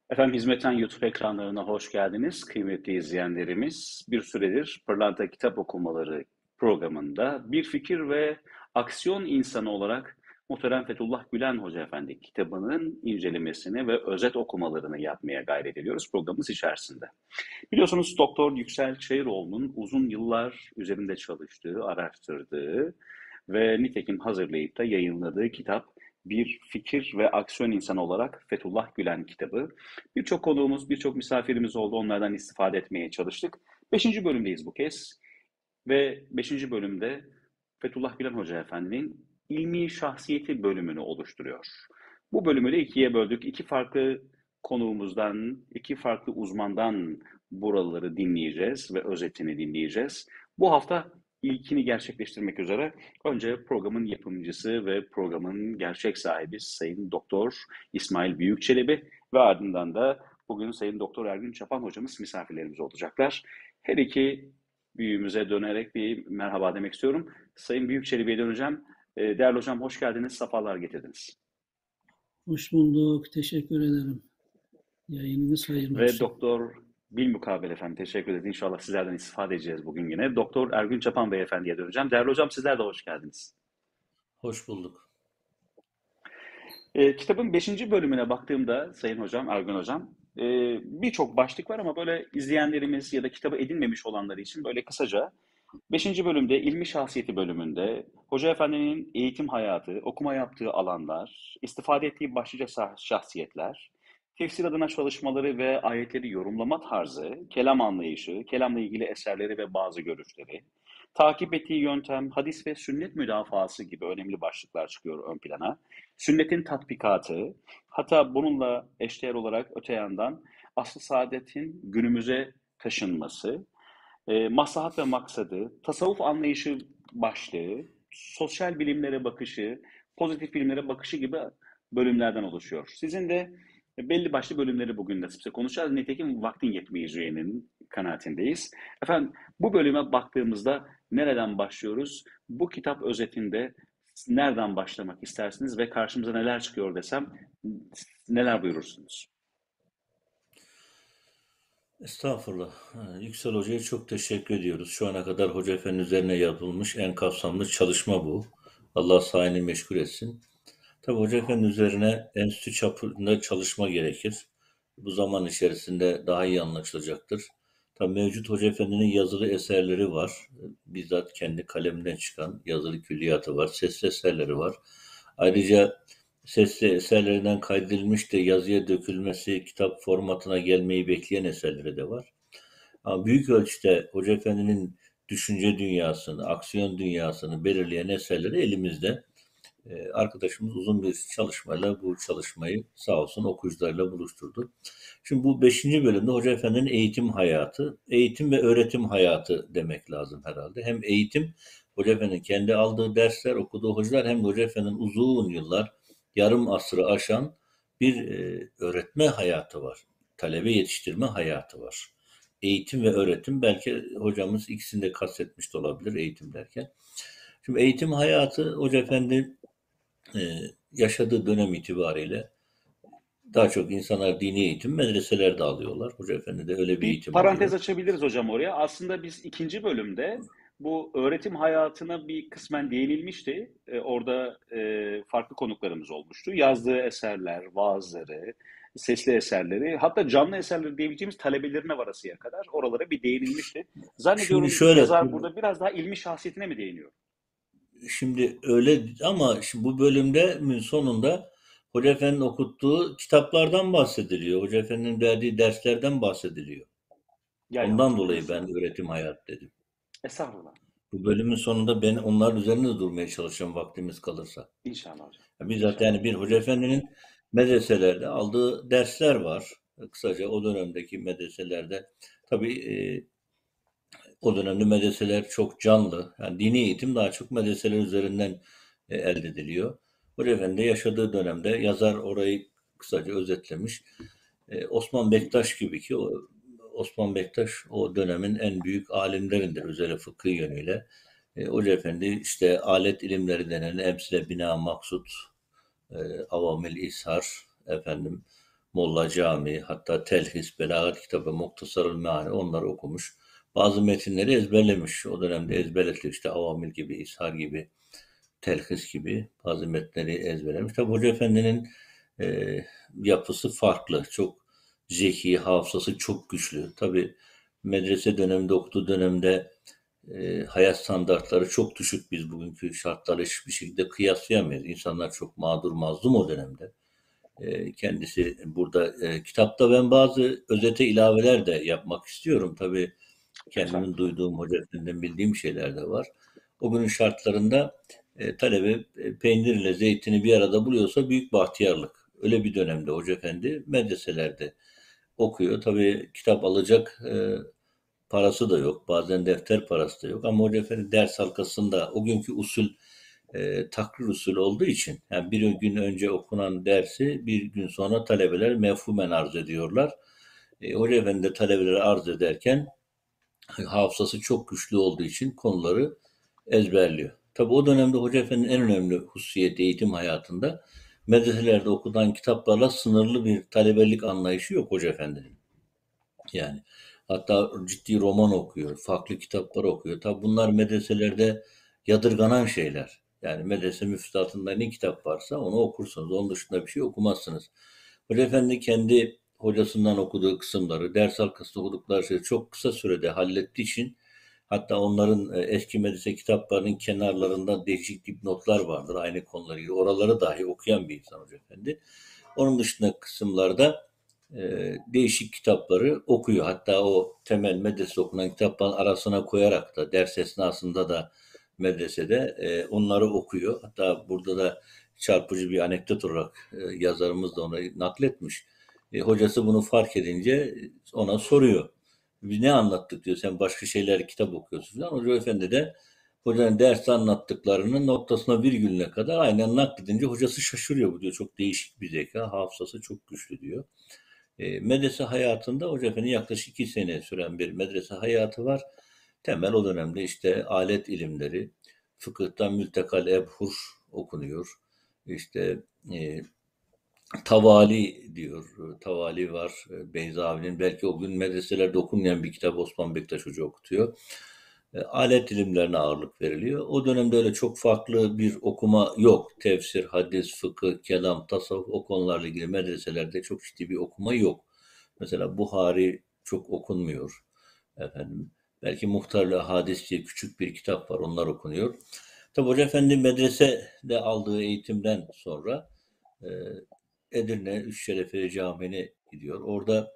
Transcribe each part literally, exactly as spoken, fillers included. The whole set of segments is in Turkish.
Efendim Hizmetten YouTube ekranlarına hoş geldiniz kıymetli izleyenlerimiz. Bir süredir Pırlanta Kitap Okumaları programında bir fikir ve aksiyon insanı olarak muhterem Fethullah Gülen Hoca Efendi kitabının incelemesini ve özet okumalarını yapmaya gayret ediyoruz programımız içerisinde. Biliyorsunuz Doktor Yüksel Çayıroğlu'nun uzun yıllar üzerinde çalıştığı, araştırdığı ve nitekim hazırlayıp da yayınladığı kitap bir fikir ve aksiyon insanı olarak Fethullah Gülen kitabı. Birçok konuğumuz, birçok misafirimiz oldu. Onlardan istifade etmeye çalıştık. Beşinci bölümdeyiz bu kez. Ve beşinci bölümde Fethullah Gülen Hoca Efendi'nin ilmi şahsiyeti bölümünü oluşturuyor. Bu bölümü de ikiye böldük. İki farklı konuğumuzdan, iki farklı uzmandan buraları dinleyeceğiz ve özetini dinleyeceğiz. Bu hafta ilkini gerçekleştirmek üzere önce programın yapımcısı ve programın gerçek sahibi Sayın Doktor İsmail Büyükçelebi ve ardından da bugün Sayın Doktor Ergün Çapan hocamız misafirlerimiz olacaklar. Her iki büyüğümüze dönerek bir merhaba demek istiyorum. Sayın Büyükçelebi'ye döneceğim. Ee, Değerli hocam hoş geldiniz, sefalar getirdiniz. Hoş bulduk. Teşekkür ederim. Yayınınız hayırlı Ve olsun. Doktor Bilmukabel efendim teşekkür ederiz. İnşallah sizlerden istifade edeceğiz bugün yine. Doktor Ergün Çapan Beyefendi'ye döneceğim. Değerli hocam sizler de hoş geldiniz. Hoş bulduk. E, kitabın beşinci bölümüne baktığımda Sayın Hocam, Ergün Hocam, e, birçok başlık var ama böyle izleyenlerimiz ya da kitabı edinmemiş olanları için böyle kısaca beşinci bölümde ilmi şahsiyeti bölümünde Hoca Efendi'nin eğitim hayatı, okuma yaptığı alanlar, istifade ettiği başlıca şahsiyetler, tefsir adına çalışmaları ve ayetleri yorumlama tarzı, kelam anlayışı, kelamla ilgili eserleri ve bazı görüşleri, takip ettiği yöntem, hadis ve sünnet müdafası gibi önemli başlıklar çıkıyor ön plana. Sünnetin tatbikatı, hatta bununla eşdeğer olarak öte yandan asıl saadetin günümüze taşınması, e, maslahat ve maksadı, tasavvuf anlayışı başlığı, sosyal bilimlere bakışı, pozitif bilimlere bakışı gibi bölümlerden oluşuyor. Sizin de belli başlı bölümleri bugün nasipse konuşacağız. Nitekim vaktin yetmeyeceğinin kanaatindeyiz. Efendim bu bölüme baktığımızda nereden başlıyoruz? Bu kitap özetinde nereden başlamak istersiniz ve karşımıza neler çıkıyor desem neler buyurursunuz? Estağfurullah. Yüksel Hoca'ya çok teşekkür ediyoruz. Şu ana kadar Hoca Efendi üzerine yapılmış en kapsamlı çalışma bu. Allah sayeni meşgul etsin. Tabii Hoca Efendi üzerine enstitü çapında çalışma gerekir. Bu zaman içerisinde daha iyi anlaşılacaktır. Tabii mevcut Hoca Efendi'nin yazılı eserleri var. Bizzat kendi kaleminden çıkan yazılı külliyatı var. Sesli eserleri var. Ayrıca sesli eserlerinden kaydedilmiş de yazıya dökülmesi, kitap formatına gelmeyi bekleyen eserleri de var. Ama büyük ölçüde Hoca Efendi'nin düşünce dünyasını, aksiyon dünyasını belirleyen eserleri elimizde. Ee, arkadaşımız uzun bir çalışmayla bu çalışmayı sağ olsun okuyucularıyla buluşturdu. Şimdi bu beşinci bölümde Hoca Efendi'nin eğitim hayatı, eğitim ve öğretim hayatı demek lazım herhalde. Hem eğitim, Hoca Efendi'nin kendi aldığı dersler, okuduğu hocalar hem de Hoca Efendi'nin uzun yıllar, yarım asrı aşan bir e, öğretme hayatı var. Talebe yetiştirme hayatı var. Eğitim ve öğretim, belki hocamız ikisini de kastetmiş de olabilir eğitim derken. Şimdi eğitim hayatı Hoca Efendi e, yaşadığı dönem itibariyle daha çok insanlar dini eğitim medreselerde alıyorlar. Hoca Efendi de öyle bir Bir eğitim parantez alıyor. açabiliriz hocam oraya. Aslında biz ikinci bölümde bu öğretim hayatına bir kısmen değinilmişti. Ee, orada e, farklı konuklarımız olmuştu. Yazdığı eserler, vaazları, sesli eserleri, hatta canlı eserleri diyebileceğimiz talebelerine varasıya kadar oralara bir değinilmişti. Şimdi Zannediyorum şöyle, yazar burada biraz daha ilmi şahsiyetine mi değiniyor? şimdi öyle ama şimdi bu bölümde sonunda Hoca Efendi'nin okuttuğu kitaplardan bahsediliyor. Hoca Efendi'nin verdiği derslerden bahsediliyor. Ya Ondan yanlış dolayı bilmiyorsun. ben öğretim hayat dedim. Estağfurullah. Bu bölümün sonunda ben onların üzerinde durmaya çalışacağım vaktimiz kalırsa. İnşallah hocam. Bizzat İnşallah. yani bir Hoca Efendi'nin medreselerde aldığı dersler var. Kısaca o dönemdeki medreselerde tabii e, o dönemde medreseler çok canlı. Yani dini eğitim daha çok medreseler üzerinden e, elde ediliyor. Hoca Efendi yaşadığı dönemde yazar orayı kısaca özetlemiş. E, Osman Bektaş gibi ki o, Osman Bektaş o dönemin en büyük alimlerindir özellikle fıkıh yönüyle. E, Hoca Efendi işte alet ilimleri denen emsile bina maksut, e, avamil ishar efendim Molla Cami, hatta Telhis, Belagat kitabı, Muhtasarül Meani onları okumuş. Bazı metinleri ezberlemiş. O dönemde ezberletiyor. İşte Avamil gibi, İshar gibi, Telhis gibi bazı metnleri ezberlemiş. Tabi Hoca Efendi'nin e, yapısı farklı. Çok zeki, hafızası çok güçlü. Tabi medrese döneminde, okuduğu dönemde e, hayat standartları çok düşük. Biz bugünkü şartlarla hiçbir şekilde kıyaslayamayız. İnsanlar çok mağdur, mazlum o dönemde. E, kendisi burada e, kitapta ben bazı özete ilaveler de yapmak istiyorum. Tabii kendimin Lütfen. duyduğum, Hoca Efendi'den bildiğim şeyler de var. O günün şartlarında e, talebe e, peynirle zeytini bir arada buluyorsa büyük bahtiyarlık. Öyle bir dönemde Hoca Efendi medreselerde okuyor. Tabii kitap alacak e, parası da yok. Bazen defter parası da yok. Ama Hoca Efendi ders halkasında o günkü usul e, takrir usulü olduğu için yani bir gün önce okunan dersi bir gün sonra talebeler mefhumen arz ediyorlar. E, Hoca Efendi de talebeleri arz ederken hafızası çok güçlü olduğu için konuları ezberliyor. Tabii o dönemde Hoca Efendi'nin en önemli hususiyeti eğitim hayatında medreselerde okunan kitaplarla sınırlı bir talebelik anlayışı yok Hoca Efendi'nin. Yani hatta ciddi roman okuyor, farklı kitaplar okuyor. Tabii bunlar medreselerde yadırganan şeyler. Yani medrese müfredatında ne kitap varsa onu okursunuz. Onun dışında bir şey okumazsınız. Hoca Efendi kendi hocasından okuduğu kısımları, ders halkasında okudukları şeyi çok kısa sürede hallettiği için hatta onların e, eski medrese kitaplarının kenarlarında değişik dipnotlar vardır aynı konuları ilgili. Oraları dahi okuyan bir insan Hoca Efendi. Onun dışında kısımlarda e, değişik kitapları okuyor. Hatta o temel medrese okunan kitapların arasına koyarak da ders esnasında da medresede e, onları okuyor. Hatta burada da çarpıcı bir anekdot olarak e, yazarımız da onu nakletmiş. E, hocası bunu fark edince ona soruyor. Biz ne anlattık diyor. Sen başka şeyler kitap okuyorsun falan. Hoca Efendi de hocanın derste anlattıklarının noktasına virgülüne kadar aynen nakledince hocası şaşırıyor. Bu diyor çok değişik bir zeka. Hafızası çok güçlü diyor. E, medrese hayatında Hoca Efendi yaklaşık iki sene süren bir medrese hayatı var. Temel o dönemde işte alet ilimleri, fıkıhtan mültekal ebhur okunuyor. İşte e, Tavali diyor. Tavali var. E, Beyzavi'nin belki o gün medreselerde okunmayan bir kitap Osman Bektaş Hoca okutuyor. E, alet ilimlerine ağırlık veriliyor. O dönemde öyle çok farklı bir okuma yok. Tefsir, hadis, fıkıh, kelam, tasavvuf o konularla ilgili medreselerde çok ciddi bir okuma yok. Mesela Buhari çok okunmuyor. Efendim, belki Muhtarlı Hadis diye küçük bir kitap var. Onlar okunuyor. Tabi Hoca Efendi medresede aldığı eğitimden sonra e, Edirne Üç Şerefiye Camii'ne gidiyor. Orada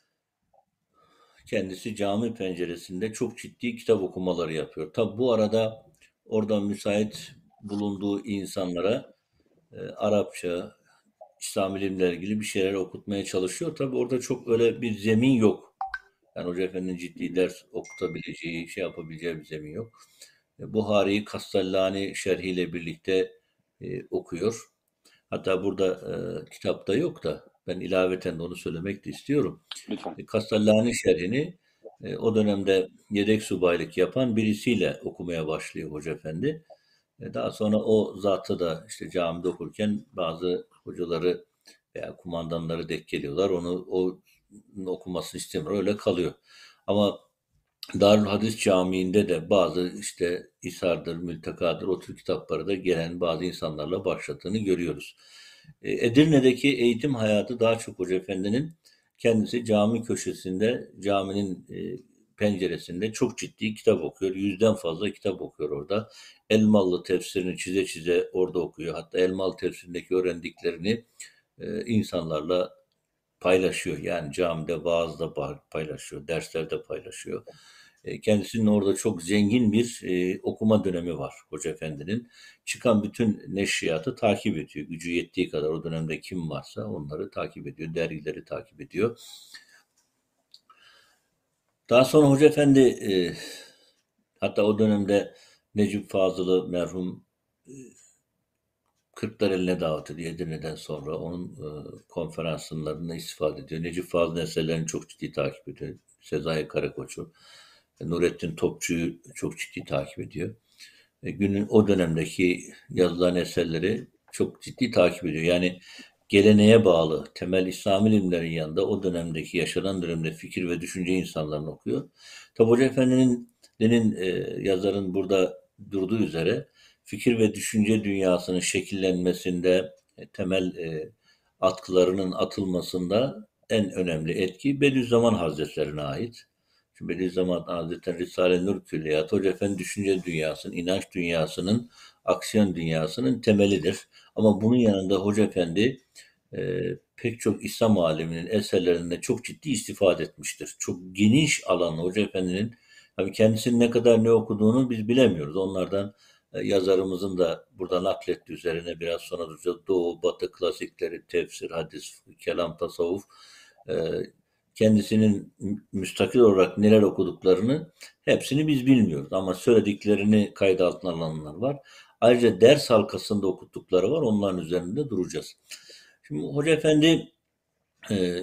kendisi cami penceresinde çok ciddi kitap okumaları yapıyor. Tabi bu arada orada müsait bulunduğu insanlara e, Arapça, İslam ilimle ilgili bir şeyler okutmaya çalışıyor. Tabi orada çok öyle bir zemin yok. Yani Hoca Efendi'nin ciddi ders okutabileceği, şey yapabileceği bir zemin yok. E, Buhari'yi Kastallani şerhiyle birlikte e, okuyor. Hatta burada e, kitapta yok da ben ilaveten de onu söylemek de istiyorum. Lütfen. E, Castellani şerhini e, o dönemde yedek subaylık yapan birisiyle okumaya başlıyor Hoca Efendi. E, daha sonra o zatı da işte camide okurken bazı hocaları veya kumandanları denk geliyorlar. Onu o okumasını istemiyor. Öyle kalıyor. Ama Darül Hadis Camii'nde de bazı işte İsar'dır, Mülteka'dır o tür kitapları da gelen bazı insanlarla başladığını görüyoruz. E, Edirne'deki eğitim hayatı daha çok Hoca Efendi'nin kendisi cami köşesinde, caminin e, penceresinde çok ciddi kitap okuyor. Yüzden fazla kitap okuyor orada. Elmalı tefsirini çize çize orada okuyor. Hatta Elmalı tefsirindeki öğrendiklerini e, insanlarla paylaşıyor. Yani camide vaazda paylaşıyor, derslerde paylaşıyor. E, Kendisinin orada çok zengin bir e, okuma dönemi var Hoca Efendi'nin. Çıkan bütün neşriyatı takip ediyor. Gücü yettiği kadar o dönemde kim varsa onları takip ediyor. Dergileri takip ediyor. Daha sonra Hoca Efendi e, hatta o dönemde Necip Fazıl'ı merhum e, Kırklareli'ne davet ediyor Edirne'den sonra. Onun e, konferanslarından istifade ediyor. Necip Fazıl'ın eserlerini çok ciddi takip ediyor. Sezai Karakoç'u, Nurettin Topçu'yu çok ciddi takip ediyor. E, günün o dönemdeki yazılan eserleri çok ciddi takip ediyor. Yani geleneğe bağlı temel İslam ilimlerin yanında o dönemdeki yaşanan dönemde fikir ve düşünce insanlarını okuyor. Tabi Hoca Efendi'nin denin, e, yazarın burada durduğu üzere fikir ve düşünce dünyasının şekillenmesinde e, temel e, atkılarının atılmasında en önemli etki Bediüzzaman Hazretlerine ait. Çünkü Bediüzzaman Hazretleri Risale-i Nur Külliyatı Hoca Efendi düşünce dünyasının, inanç dünyasının, aksiyon dünyasının temelidir. Ama bunun yanında Hoca Efendi e, pek çok İslam aliminin eserlerinde çok ciddi istifade etmiştir. Çok geniş alanı Hoca Efendi'nin, tabii kendisinin ne kadar ne okuduğunu biz bilemiyoruz. Onlardan e, yazarımızın da burada nakletti üzerine biraz sonra duracağız. Doğu, Batı klasikleri, tefsir, hadis, kelam, tasavvuf, e, kendisinin müstakil olarak neler okuduklarını hepsini biz bilmiyoruz. Ama söylediklerini kayıt altına alanlar var. Ayrıca ders halkasında okuttukları var. Onların üzerinde duracağız. Şimdi Hoca Efendi e,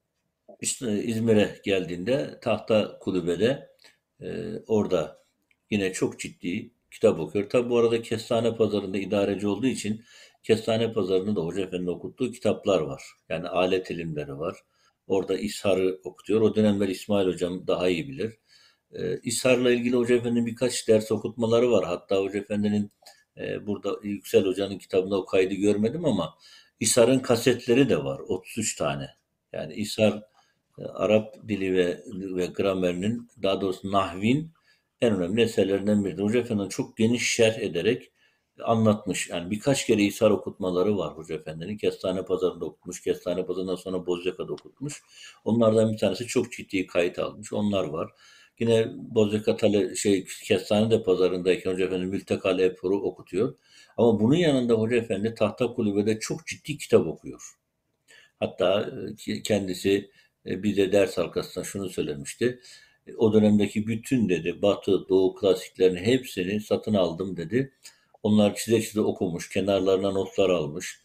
işte İzmir'e geldiğinde Tahta Kulübe'de e, orada yine çok ciddi kitap okuyor. Tabi bu arada Kestane Pazarı'nda idareci olduğu için Kestane Pazarı'nda da Hoca Efendi'nin okuttuğu kitaplar var. Yani alet ilimleri var. Orada İshar'ı okutuyor. O dönemler İsmail Hocam daha iyi bilir. E, İshar'la ilgili Hoca Efendi'nin birkaç ders okutmaları var. Hatta Hoca Efendi'nin e, burada Yüksel Hoca'nın kitabında o kaydı görmedim ama İshar'ın kasetleri de var. otuz üç tane. Yani İshar e, Arap dili ve, ve gramerinin, daha doğrusu nahvin en önemli eserlerinden biridir. Hoca Efendi'nin çok geniş şerh ederek anlatmış. Yani birkaç kere İshar okutmaları var Hoca Efendi'nin. Kestane Pazarı'nda okutmuş. Kestane Pazarı'ndan sonra Bozyaka'da okutmuş. Onlardan bir tanesi çok ciddi kayıt almış. Onlar var. Yine Bozyaka Tale, şey, Kestane de Pazarı'ndayken Hoca Efendi Mültekal Efor'u okutuyor. Ama bunun yanında Hoca Efendi Tahta Kulübe'de çok ciddi kitap okuyor. Hatta e, kendisi e, bize ders halkasında şunu söylemişti. E, O dönemdeki bütün dedi Batı, Doğu klasiklerini hepsini satın aldım dedi. Onlar çize çize okumuş, kenarlarına notlar almış.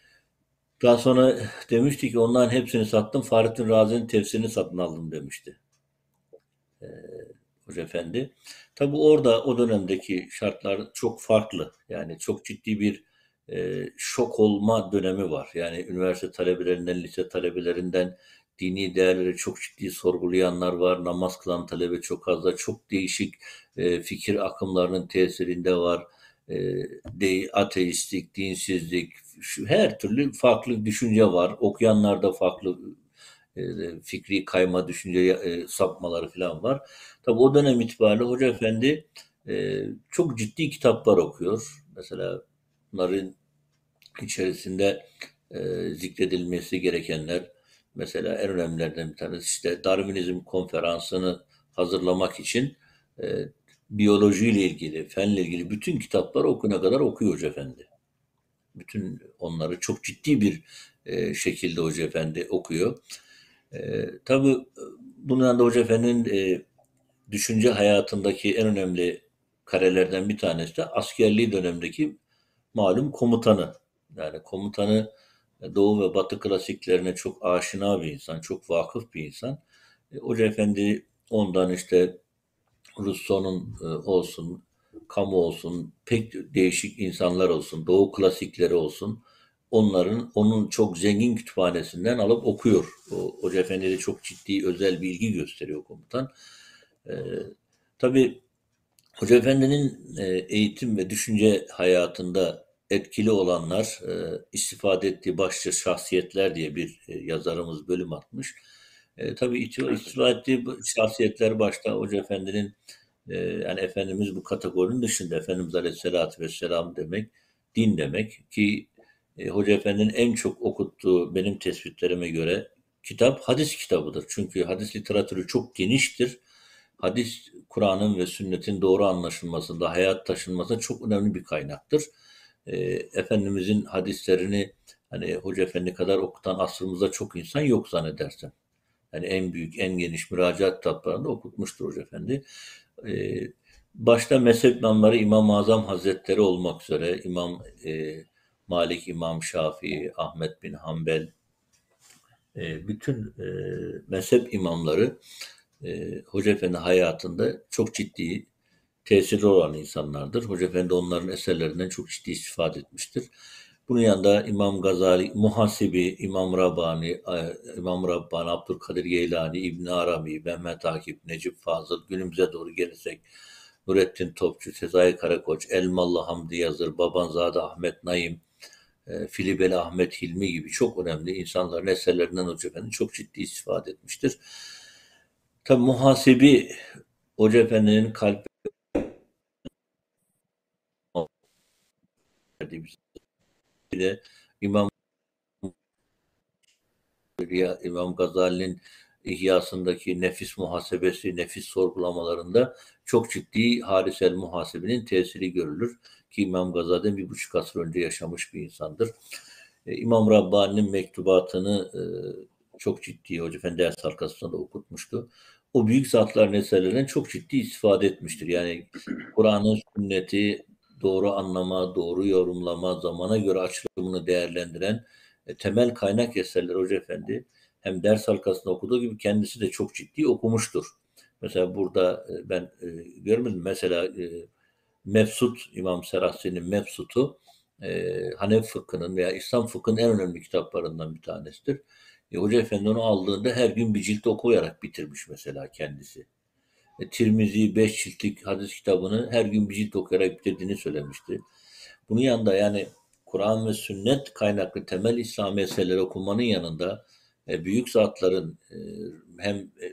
Daha sonra demişti ki onların hepsini sattım, Fahrettin Razi'nin tefsirini satın aldım demişti e, Hoca Efendi. Tabi orada o dönemdeki şartlar çok farklı. Yani çok ciddi bir e, şok olma dönemi var. Yani üniversite talebelerinden, lise talebelerinden dini değerleri çok ciddi sorgulayanlar var. Namaz kılan talebe çok fazla. Çok değişik e, fikir akımlarının tesirinde var. E, de, ateistlik, dinsizlik, şu, her türlü farklı düşünce var. Okuyanlarda farklı e, fikri kayma, düşünce e, sapmaları falan var. Tabii o dönem itibariyle Hoca Efendi e, çok ciddi kitaplar okuyor. Mesela bunların içerisinde e, zikredilmesi gerekenler, mesela en önemlilerden bir tanesi işte Darwinizm konferansını hazırlamak için e, biyolojiyle ilgili, fenle ilgili bütün kitapları okuna kadar okuyor Hoca Efendi. Bütün onları çok ciddi bir e, şekilde Hoca Efendi okuyor. E, tabii bunun yanında Hoca Efendi'nin e, düşünce hayatındaki en önemli karelerden bir tanesi de askerliği dönemdeki malum komutanı. Yani komutanı e, Doğu ve Batı klasiklerine çok aşina bir insan, çok vakıf bir insan. E, Hoca Efendi ondan işte Rousseau'nun e, olsun, Camus olsun, pek değişik insanlar olsun, Doğu klasikleri olsun, onların onun çok zengin kütüphanesinden alıp okuyor. O, Hoca Efendi de çok ciddi özel bir ilgi gösteriyor komutan. E, tabii Hoca Efendi'nin e, eğitim ve düşünce hayatında etkili olanlar, e, istifade ettiği başlıca şahsiyetler diye bir e, yazarımız bölüm atmış. E, tabii iti- istifade ettiği bu şahsiyetler başta Hoca Efendi'nin e, yani Efendimiz bu kategorinin dışında Efendimiz Aleyhisselatü Vesselam demek, din demek ki e, Hoca Efendi'nin en çok okuttuğu benim tespitlerime göre kitap hadis kitabıdır. Çünkü hadis literatürü çok geniştir. Hadis, Kur'an'ın ve sünnetin doğru anlaşılmasında, hayat taşınmasında çok önemli bir kaynaktır. E, Efendimizin hadislerini hani Hoca Efendi kadar okutan asrımızda çok insan yok zannedersem. Yani en büyük, en geniş müracaat kitaplarında okutmuştur Hoca Efendi. E, başta mezhep imamları İmam-ı Azam Hazretleri olmak üzere İmam e, Malik, İmam Şafii, Ahmet bin Hanbel, e, bütün e, mezhep imamları e, Hoca Efendi hayatında çok ciddi tesiri olan insanlardır. Hoca Efendi onların eserlerinden çok ciddi istifade etmiştir. Bunun yanında İmam Gazali, Muhasibi, İmam Rabbani, e, İmam Rabbani, Abdülkadir Geylani, İbn Arabi, Mehmet Akif, Necip Fazıl, günümüze doğru gelirsek Nurettin Topçu, Sezai Karakoç, Elmalı Hamdi Yazır, Babanzade Ahmet Naim, e, Filibeli Ahmet Hilmi gibi çok önemli insanların eserlerinden Hoca Efendi çok ciddi istifade etmiştir. Tabi Muhasibi Hoca Efendi'nin kalp verdiği bir de İmam İmam Gazali'nin İhyasındaki nefis muhasebesi, nefis sorgulamalarında çok ciddi harisel muhasebenin tesiri görülür. Ki İmam Gazali'den bir buçuk asır önce yaşamış bir insandır. E, İmam Rabbani'nin mektubatını e, çok ciddi Hoca Efendi ders halkasında da okutmuştu. O büyük zatların eserlerinden çok ciddi istifade etmiştir. Yani Kur'an'ın sünneti doğru anlama, doğru yorumlama, zamana göre açılımını değerlendiren e, temel kaynak eserler Hoca Efendi hem ders halkasında okuduğu gibi kendisi de çok ciddi okumuştur. Mesela burada e, ben e, görmedim. Mesela e, Mefsut, İmam Serahsi'nin Mefsut'u e, Hanefi fıkhının veya İslam fıkhının en önemli kitaplarından bir tanesidir. E, Hoca Efendi onu aldığında her gün bir cilt okuyarak bitirmiş mesela kendisi. E, Tirmizi beş ciltlik hadis kitabını her gün bir cilt okuyarak bitirdiğini söylemişti. Bunun yanında yani Kur'an ve sünnet kaynaklı temel İslam eserleri okumanın yanında e, büyük zatların e, hem e,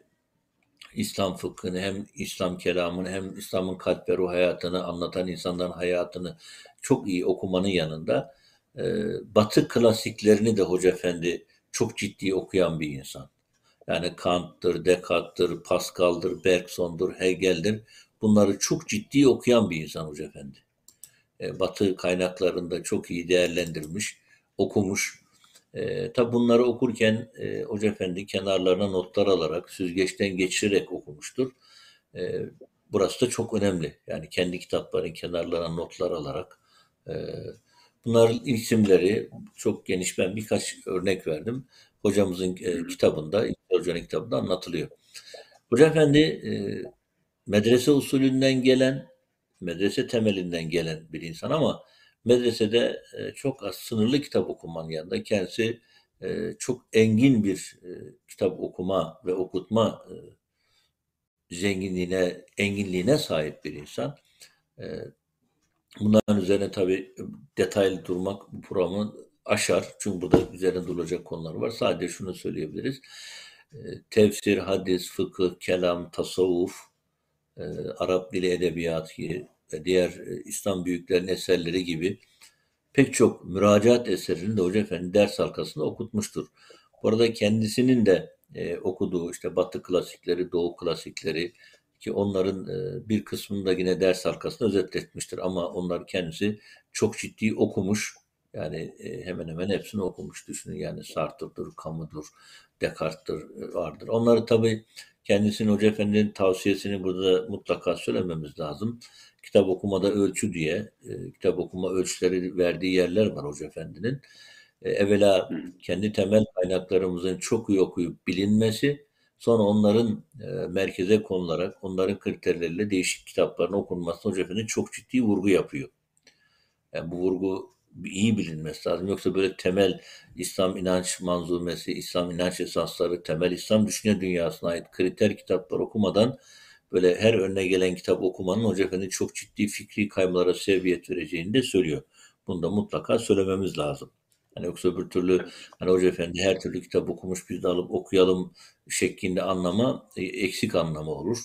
İslam fıkhını hem İslam kelamını hem İslam'ın kalp ve ruh hayatını anlatan insanların hayatını çok iyi okumanın yanında e, Batı klasiklerini de Hoca Efendi çok ciddi okuyan bir insan. Yani Kant'tır, Descartes'tir, Pascal'dır, Bergson'dur, Hegel'dir. Bunları çok ciddi okuyan bir insan Hoca Efendi. E, Batı kaynaklarında çok iyi değerlendirmiş, okumuş. E, tabi bunları okurken e, Hoca Efendi kenarlarına notlar alarak, süzgeçten geçirerek okumuştur. E, burası da çok önemli. Yani kendi kitapların kenarlarına notlar alarak. E, bunların isimleri çok geniş. Ben birkaç örnek verdim. Hocamızın e, kitabında, Hocanın kitabında anlatılıyor. Hoca Efendi e, medrese usulünden gelen, medrese temelinden gelen bir insan ama medresede e, çok az sınırlı kitap okumanın yanında kendisi e, çok engin bir e, kitap okuma ve okutma e, zenginliğine, enginliğine sahip bir insan. E, bunların üzerine tabii detaylı durmak bu programı aşar. Çünkü burada üzerine durulacak konular var. Sadece şunu söyleyebiliriz. E, tefsir, hadis, fıkıh, kelam, tasavvuf, e, Arap dili edebiyatı ve diğer e, İslam büyüklerinin eserleri gibi pek çok müracaat eserini de Hoca Efendi ders halkasında okutmuştur. Bu arada kendisinin de e, okuduğu işte Batı klasikleri, Doğu klasikleri ki onların e, bir kısmını da yine ders halkasında özetletmiştir. Ama onlar kendisi çok ciddi okumuş. Yani e, hemen hemen hepsini okumuş düşünün. Yani Sartre'dır, Camus'dur, Descartes'tir e, vardır. Onları tabii kendisinin Hoca Efendi'nin tavsiyesini burada mutlaka söylememiz lazım. Kitap okumada ölçü diye e, kitap okuma ölçüleri verdiği yerler var Hoca Efendi'nin. E, evvela kendi temel kaynaklarımızın çok iyi okuyup bilinmesi, sonra onların e, merkeze konularak onların kriterleriyle değişik kitapların okunması Hoca Efendi çok ciddi vurgu yapıyor. Yani bu vurgu iyi bilinmesi lazım. Yoksa böyle temel İslam inanç manzumesi, İslam inanç esasları, temel İslam düşünce dünyasına ait kriter kitaplar okumadan böyle her önüne gelen kitap okumanın Hoca Efendi çok ciddi fikri kaymalara sebebiyet vereceğini de söylüyor. Bunu da mutlaka söylememiz lazım. Hani yoksa bir türlü hani Hoca Efendi her türlü kitap okumuş biz de alıp okuyalım şeklinde anlama e, eksik anlama olur.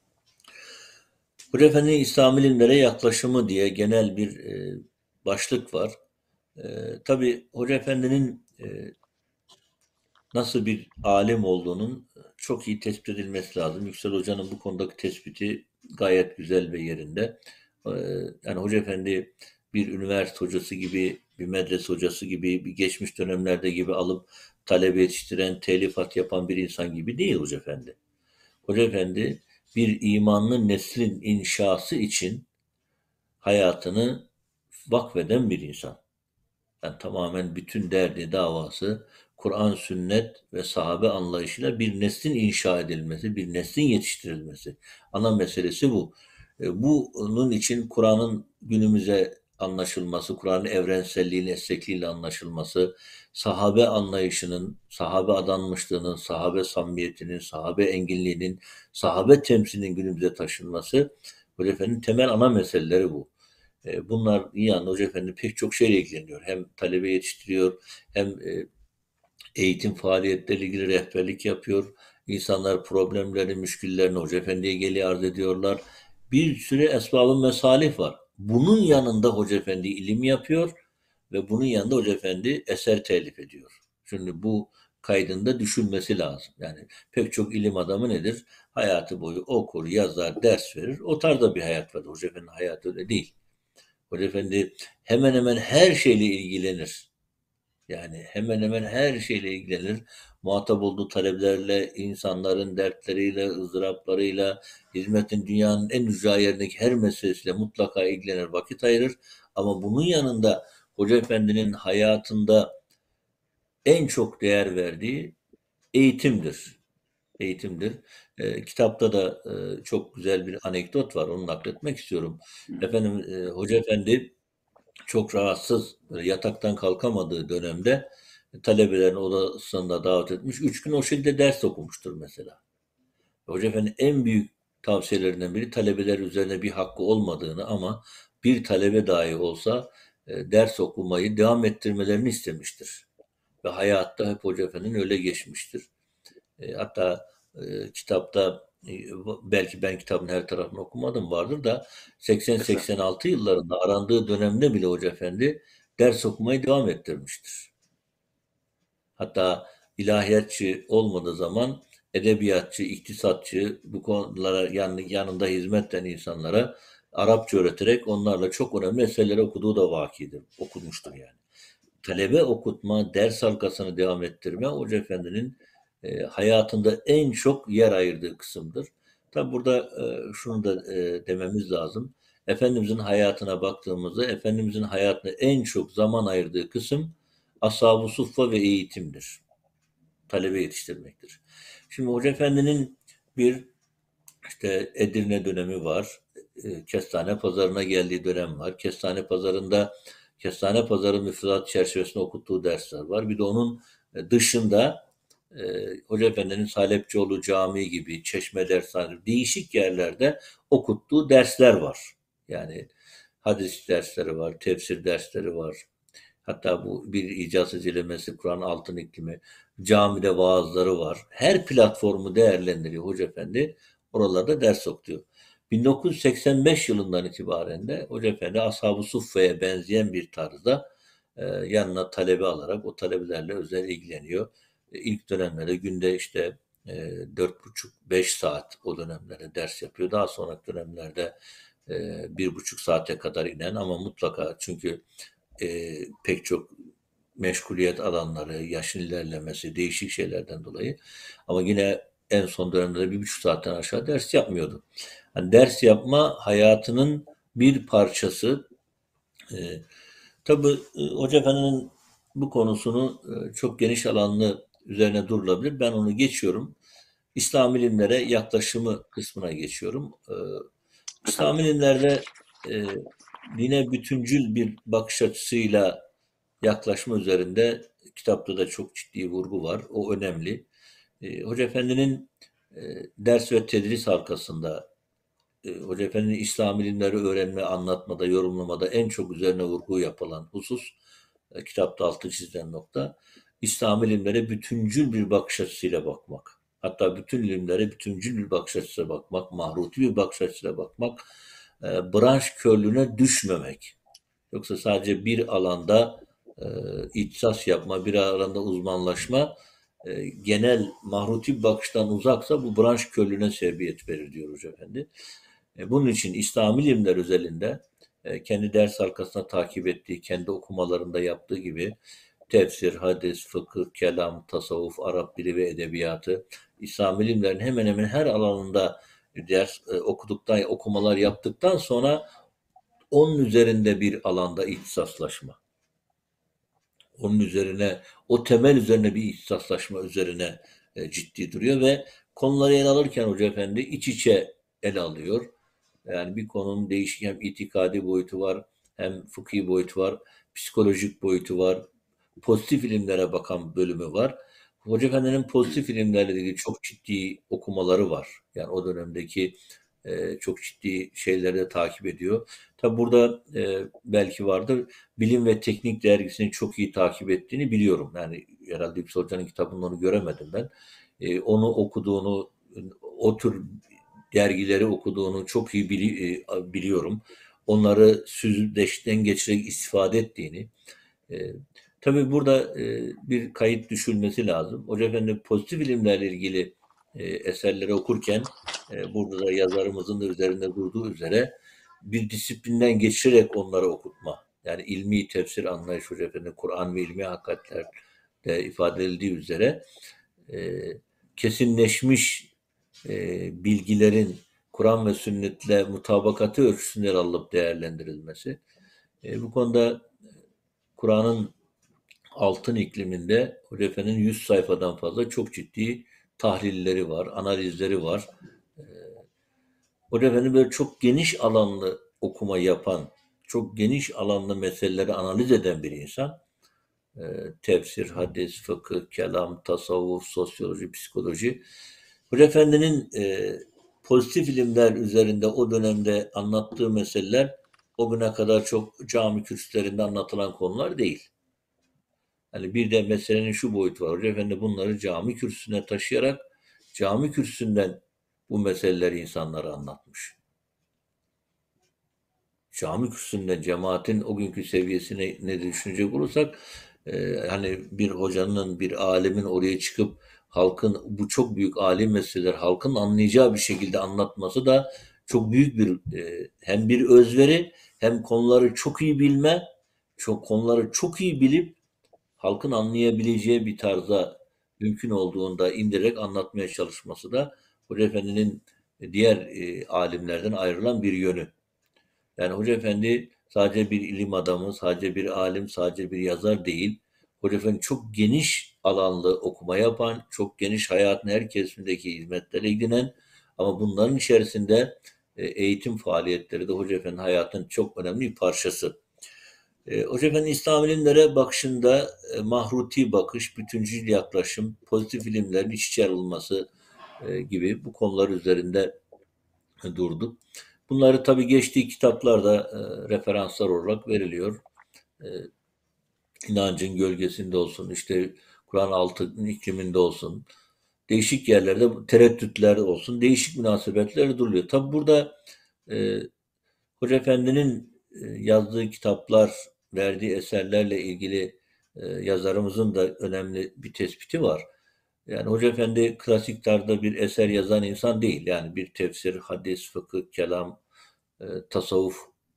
Hoca Efendi İslam ilimlere yaklaşımı diye genel bir e, başlık var. E, tabii Hoca Efendi'nin e, nasıl bir alim olduğunun çok iyi tespit edilmesi lazım. Yüksel Hoca'nın bu konudaki tespiti gayet güzel ve yerinde. Ee, yani Hoca Efendi bir üniversite hocası gibi, bir medrese hocası gibi, bir geçmiş dönemlerde gibi alıp talebe yetiştiren, telifat yapan bir insan gibi değil Hoca Efendi. Hoca Efendi bir imanlı neslin inşası için hayatını vakfeden bir insan. Yani tamamen bütün derdi, davası Kur'an, sünnet ve sahabe anlayışıyla bir neslin inşa edilmesi, bir neslin yetiştirilmesi. Ana meselesi bu. E, bunun için Kur'an'ın günümüze anlaşılması, Kur'an'ın evrenselliğini, essekliğiyle anlaşılması, sahabe anlayışının, sahabe adanmışlığının, sahabe samimiyetinin, sahabe enginliğinin, sahabe temsilinin günümüze taşınması, Hoca Efendi'nin temel ana meseleleri bu. E, bunlar yani Hoca Efendi pek çok şeyle ilgileniyor. Hem talebe yetiştiriyor, hem e, eğitim faaliyetleriyle ilgili rehberlik yapıyor. İnsanlar problemlerini, müşküllerini Hoca Efendi'ye geliyor, arz ediyorlar. Bir sürü esbab-ı mesalih var. Bunun yanında Hoca Efendi ilim yapıyor ve bunun yanında Hoca Efendi eser telif ediyor. Şimdi bu kaydında düşünmesi lazım. Yani pek çok ilim adamı nedir? Hayatı boyu okur, yazar, ders verir. O tarzda bir hayat var. Hoca Efendi'nin hayatı öyle değil. Hoca Efendi hemen hemen her şeyle ilgilenir. Yani hemen hemen her şeyle ilgilenir. Muhatap olduğu talebelerle, insanların dertleriyle, ızdıraplarıyla, hizmetin dünyanın en ücra yerindeki her meselesiyle mutlaka ilgilenir, vakit ayırır. Ama bunun yanında Hoca Efendi'nin hayatında en çok değer verdiği eğitimdir. Eğitimdir. E, kitapta da e, çok güzel bir anekdot var. Onu nakletmek istiyorum. Efendim e, Hoca Efendi çok rahatsız, böyle yataktan kalkamadığı dönemde talebelerin odasında davet etmiş. Üç gün o şekilde ders okumuştur mesela. Hoca Efendi en büyük tavsiyelerinden biri talebeler üzerine bir hakkı olmadığını ama bir talebe dahi olsa e, ders okumayı devam ettirmelerini istemiştir. Ve hayatta hep Hoca Efendi'nin öyle geçmiştir. E, hatta e, kitapta e, belki ben kitabın her tarafını okumadım vardır da seksen seksen altı yıllarında arandığı dönemde bile Hoca Efendi ders okumayı devam ettirmiştir. Hatta ilahiyatçı olmadığı zaman edebiyatçı, iktisatçı, bu konulara yan, yanında hizmet eden insanlara Arapça öğreterek onlarla çok önemli meseleleri okuduğu da vakidir. Okumuştur yani. Talebe okutma, ders halkasını devam ettirme Hoca Efendi'nin e, hayatında en çok yer ayırdığı kısımdır. Tabi burada e, şunu da e, dememiz lazım. Efendimizin hayatına baktığımızda Efendimizin hayatına en çok zaman ayırdığı kısım ashab-ı suffa ve eğitimdir. Talebe yetiştirmektir. Şimdi Hoca Efendi'nin bir işte Edirne dönemi var. E, Kestane Pazarı'na geldiği dönem var. Kestane Pazarı'nda Kestane Pazarı müfredat çerçevesinde okuttuğu dersler var. Bir de onun dışında e, Hoca Efendi'nin Salepçioğlu Camii gibi, Çeşme Dershanesi, değişik yerlerde okuttuğu dersler var. Yani hadis dersleri var, tefsir dersleri var. Hatta bu bir icaz edilemesi, Kur'an altın iklimi, camide vaazları var. Her platformu değerlendiriyor Hoca Efendi. Oralarda ders okuyor. bin dokuz yüz seksen beş yılından itibaren de Hoca Efendi Ashab-ı Suffa'ya benzeyen bir tarzda e, yanına talebe alarak o talebelerle özel ilgileniyor. E, ilk dönemlerde günde işte e, dört buçuk beş saat o dönemlerde ders yapıyor. Daha sonraki dönemlerde e, bir buçuk saate kadar inen ama mutlaka çünkü e, pek çok meşguliyet alanları, yaşın ilerlemesi, değişik şeylerden dolayı. Ama yine en son dönemde bir buçuk saatten aşağı ders yapmıyordu. Yani ders yapma hayatının bir parçası. E, tabii e, Hoca Efendi'nin bu konusunu e, çok geniş alanlı üzerine durulabilir. Ben onu geçiyorum. İslam ilimlere yaklaşımı kısmına geçiyorum. E, İslam ilimlerde e, dine bütüncül bir bakış açısıyla yaklaşma üzerinde kitapta da çok ciddi vurgu var. O önemli. E, Hoca Efendi'nin e, ders ve tedris halkasında e, Hoca Efendi'nin İslam ilimleri öğrenme, anlatmada, yorumlamada en çok üzerine vurgu yapılan husus e, kitapta altı çizilen nokta İslam ilimlere bütüncül bir bakış açısıyla bakmak. Hatta bütün ilimlere bütüncül bir bakış açısıyla bakmak, mahruti bir bakış açısıyla bakmak, e, branş körlüğüne düşmemek. Yoksa sadece bir alanda e, ihtisas yapma, bir alanda uzmanlaşma e, genel mahruti bir bakıştan uzaksa bu branş körlüğüne sebebiyet verir diyor Hoca Efendi. E, bunun için İslami ilimler özelinde e, kendi ders halkasına takip ettiği, kendi okumalarında yaptığı gibi tefsir, hadis, fıkıh, kelam, tasavvuf, Arap dili ve edebiyatı, İslami ilimlerin hemen hemen her alanında ders e, okuduktan, okumalar yaptıktan sonra onun üzerinde bir alanda ihtisaslaşma. Onun üzerine, o temel üzerine bir ihtisaslaşma üzerine e, ciddi duruyor ve konuları ele alırken Hoca Efendi iç içe ele alıyor. Yani bir konunun değişik hem itikadi boyutu var, Hem fıkhi boyutu var, psikolojik boyutu var, pozitif ilimlere bakan bölümü var. Hoca Efendi'nin pozitif ilimlerle ilgili çok ciddi okumaları var. Yani o dönemdeki e, çok ciddi şeyleri de takip ediyor. Tabi burada e, belki vardır. Bilim ve Teknik dergisini çok iyi takip ettiğini biliyorum. Yani herhalde Yüksel Hoca'nın kitabında onu göremedim ben. E, onu okuduğunu, o tür dergileri okuduğunu çok iyi bili, e, biliyorum. Onları süzgeçten geçirerek istifade ettiğini. E, tabii burada e, bir kayıt düşülmesi lazım. Hoca Efendi pozitif ilimlerle ilgili e, eserleri okurken e, burada da yazarımızın da üzerinde durduğu üzere bir disiplinden geçirerek onları okutma. Yani ilmi tefsir anlayış Hoca Efendi, Kur'an ve ilmi hakikatlerde ifade edildiği üzere e, kesinleşmiş e, bilgilerin Kur'an ve sünnetle mutabakatı ölçüsünde alıp değerlendirilmesi. E, bu konuda Kur'an'ın altın ikliminde Hoca Efendi'nin yüz sayfadan fazla çok ciddi tahlilleri var, analizleri var. E, Hoca Efendi böyle çok geniş alanlı okuma yapan, çok geniş alanlı meseleleri analiz eden bir insan. E, tefsir, hadis, fıkıh, kelam, tasavvuf, sosyoloji, psikoloji. Hoca Efendi'nin e, pozitif ilimler üzerinde o dönemde anlattığı meseleler o güne kadar çok cami kürsülerinde anlatılan konular değil. Hani bir de meselenin şu boyutu var. Hoca Efendi bunları cami kürsüsüne taşıyarak cami kürsüsünden bu meseleleri insanlara anlatmış. Cami kürsüsünde cemaatin o günkü seviyesine ne düşünecek olursak e, hani bir hocanın, bir alemin oraya çıkıp halkın bu çok büyük alim meseleler halkın anlayacağı bir şekilde anlatması da çok büyük bir e, hem bir özveri hem konuları çok iyi bilme, çok konuları çok iyi bilip halkın anlayabileceği bir tarza mümkün olduğunda indirerek anlatmaya çalışması da Hoca Efendi'nin diğer e, alimlerden ayrılan bir yönü. Yani Hoca Efendi sadece bir ilim adamı, sadece bir alim, sadece bir yazar değil. Hoca Efendi çok geniş alanlı okuma yapan, çok geniş hayatın her kesimindeki hizmetlerle ilgilenen ama bunların içerisinde e, eğitim faaliyetleri de Hoca Efendi'nin hayatının çok önemli bir parçası. E, Hoca Efendi İslam ilimlere bakışında e, mahruti bakış, bütüncül yaklaşım, pozitif ilimlerin iç içe olması e, gibi bu konular üzerinde durdu. Bunları tabii geçtiği kitaplarda e, referanslar olarak veriliyor. E, inancın gölgesinde olsun, işte Kur'an altın ikliminde olsun, değişik yerlerde tereddütler olsun, değişik münasebetler duruluyor. Tabii burada e, Hoca Efendi'nin e, yazdığı kitaplar, verdiği eserlerle ilgili e, yazarımızın da önemli bir tespiti var. Yani Hoca Efendi klasik tarzda bir eser yazan insan değil. Yani bir tefsir, hadis, fıkıh, kelam, e, tasavvuf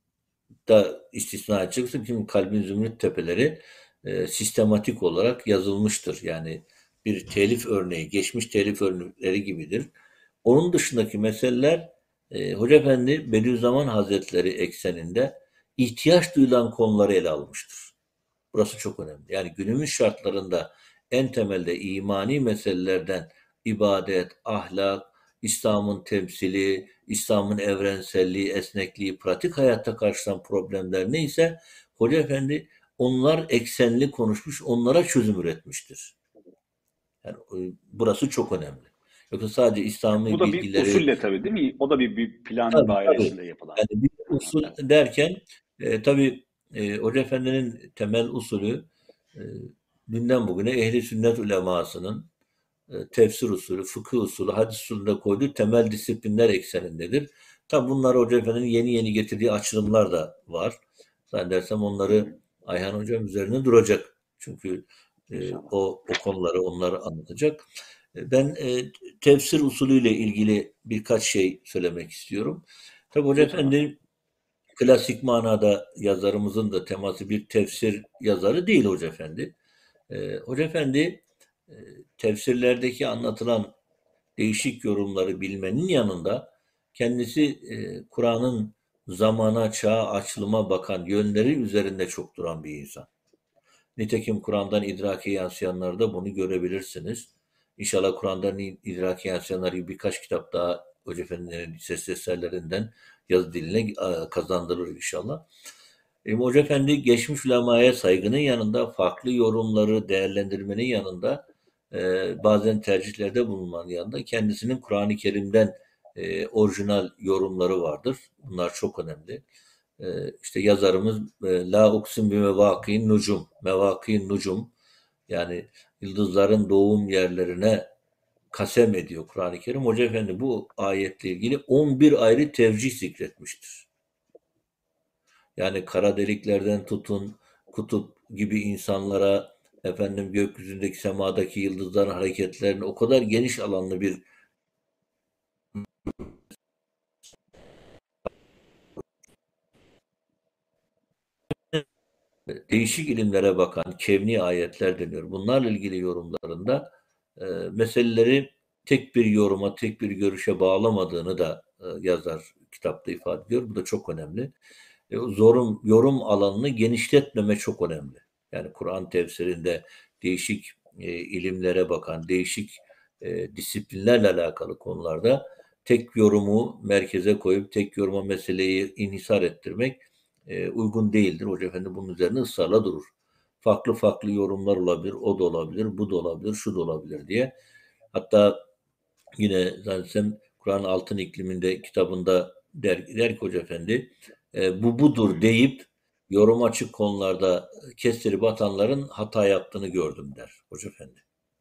da istisna edeceksin. Çünkü Kalbin Zümrüt Tepeleri e, sistematik olarak yazılmıştır. Yani bir telif örneği, geçmiş telif örnekleri gibidir. Onun dışındaki meseleler e, Hoca Efendi Bediüzzaman Hazretleri ekseninde ihtiyaç duyulan konuları ele almıştır. Burası çok önemli. Yani günümüz şartlarında en temelde imani meselelerden ibadet, ahlak, İslam'ın temsili, İslam'ın evrenselliği, esnekliği, pratik hayatta karşılanan problemler neyse Hoca Efendi onlar eksenli konuşmuş, onlara çözüm üretmiştir. Yani burası çok önemli. Yoksa sadece İslami Bu da bir bilgileri usulle tabii değil mi? O da bir, bir plan tabii tabii. dairesinde yapılan. Yani bir usul Evet. derken e, tabii e, Hoca Efendi'nin temel usulü e, dünden bugüne ehli sünnet ulemasının e, tefsir usulü, fıkıh usulü, hadis usulünde koyduğu temel disiplinler eksenindedir. Tabii bunlar Hoca Efendi'nin yeni yeni getirdiği açılımlar da var. Zannedersem onları Ayhan Hocam üzerine duracak. Çünkü e, İnşallah. o, o konuları onları anlatacak. E, Ben e, tefsir usulüyle ilgili birkaç şey söylemek istiyorum. Tabii Hoca Lütfen hocam. Efendi klasik manada yazarımızın da teması bir tefsir yazarı değil Hoca Efendi. E, Hoca Efendi e, tefsirlerdeki anlatılan değişik yorumları bilmenin yanında kendisi e, Kur'an'ın zamana, çağa, açılıma bakan yönleri üzerinde çok duran bir insan. Nitekim Kur'an'dan idrake yansıyanlarda bunu görebilirsiniz. İnşallah Kur'an'dan idrake yansıyanları birkaç kitap daha Hoca Efendi'nin ses eserlerinden yazı diline kazandırır inşallah. E, Hoca Efendi geçmiş ulemaya saygının yanında farklı yorumları değerlendirmenin yanında e, bazen tercihlerde bulunmanın yanında kendisinin Kur'an-ı Kerim'den e, orijinal yorumları vardır. Bunlar çok önemli. E, işte yazarımız e, La uksim bi mevaki'in nucum, mevaki'in nucum yani yıldızların doğum yerlerine kasem ediyor Kur'an-ı Kerim. Hoca Efendi bu ayetle ilgili on bir ayrı tevcih zikretmiştir. Yani kara deliklerden tutun, kutup gibi insanlara, efendim gökyüzündeki semadaki yıldızların hareketlerini o kadar geniş alanlı bir değişik ilimlere bakan kevni ayetler deniyor. Bunlarla ilgili yorumlarında e, meseleleri tek bir yoruma, tek bir görüşe bağlamadığını da e, yazar kitapta ifade ediyor. Bu da çok önemli. E, zorum, yorum alanını genişletmeme çok önemli. Yani Kur'an tefsirinde değişik e, ilimlere bakan, değişik e, disiplinlerle alakalı konularda tek yorumu merkeze koyup tek yoruma meseleyi inhisar ettirmek e, uygun değildir. Hoca Efendi bunun üzerine ısrarla durur. Farklı farklı yorumlar olabilir, o da olabilir, bu da olabilir, şu da olabilir diye. Hatta yine zaten Kur'an Altın İkliminde kitabında der, der ki Hoca Efendi e, bu budur deyip yorum açık konularda kestirip atanların hata yaptığını gördüm der Hoca Efendi.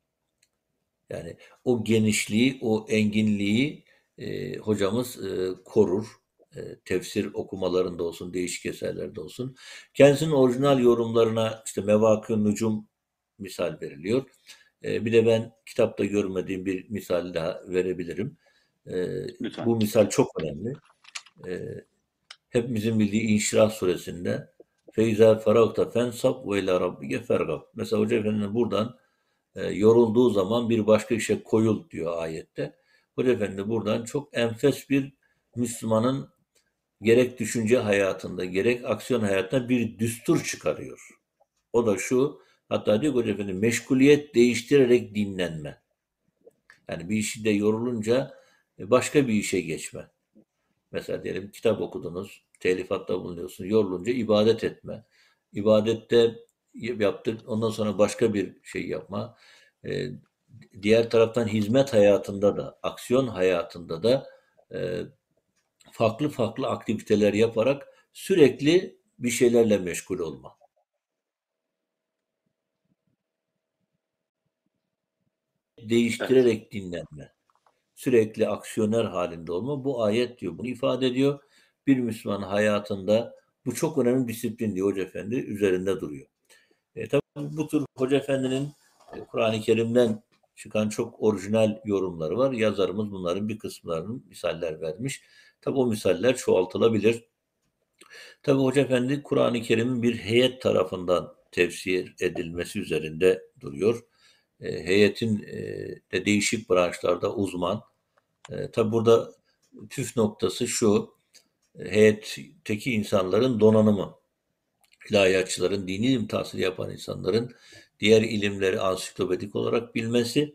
Yani o genişliği, o enginliği e, hocamız e, korur. E, tefsir okumalarında olsun, değişik eserlerde olsun. Kendisinin orijinal yorumlarına işte Mevâkı Nucum misal veriliyor. E, bir de ben kitapta görmediğim bir misal daha verebilirim. E, Lütfen. bu misal çok önemli. E, hepimizin bildiği İnşirah suresinde Feyza feragta fensab ve ila rabbike fergab. Mesela Hoca Efendi'nin buradan e, yorulduğu zaman bir başka işe koyul diyor ayette. Hoca Efendi buradan çok enfes bir Müslümanın gerek düşünce hayatında gerek aksiyon hayatında bir düstur çıkarıyor. O da şu, hatta diyor Hoca Efendi meşguliyet değiştirerek dinlenme. Yani bir işi de yorulunca başka bir işe geçme. Mesela diyelim kitap okudunuz, telifatta bulunuyorsun, yorulunca ibadet etme. İbadette yaptık, ondan sonra başka bir şey yapma. Ee, diğer taraftan hizmet hayatında da, aksiyon hayatında da e, farklı farklı aktiviteler yaparak sürekli bir şeylerle meşgul olma. Evet. Değiştirerek dinlenme. Sürekli aksiyoner halinde olma. Bu ayet diyor, bunu ifade ediyor. Bir Müslüman hayatında bu çok önemli disiplin diyor Hoca Efendi üzerinde duruyor. E, tabii bu tür Hoca Efendi'nin e, Kur'an-ı Kerim'den çıkan çok orijinal yorumları var. Yazarımız bunların bir kısımlarını misaller vermiş. Tabii o misaller çoğaltılabilir. Tabii Hoca Efendi Kur'an-ı Kerim'in bir heyet tarafından tefsir edilmesi üzerinde duruyor. E, heyetin e, de değişik branşlarda uzman. E, tabii burada püf noktası şu, e, heyetteki insanların donanımı, ilahiyatçıların, dini ilim tahsili yapan insanların diğer ilimleri ansiklopedik olarak bilmesi,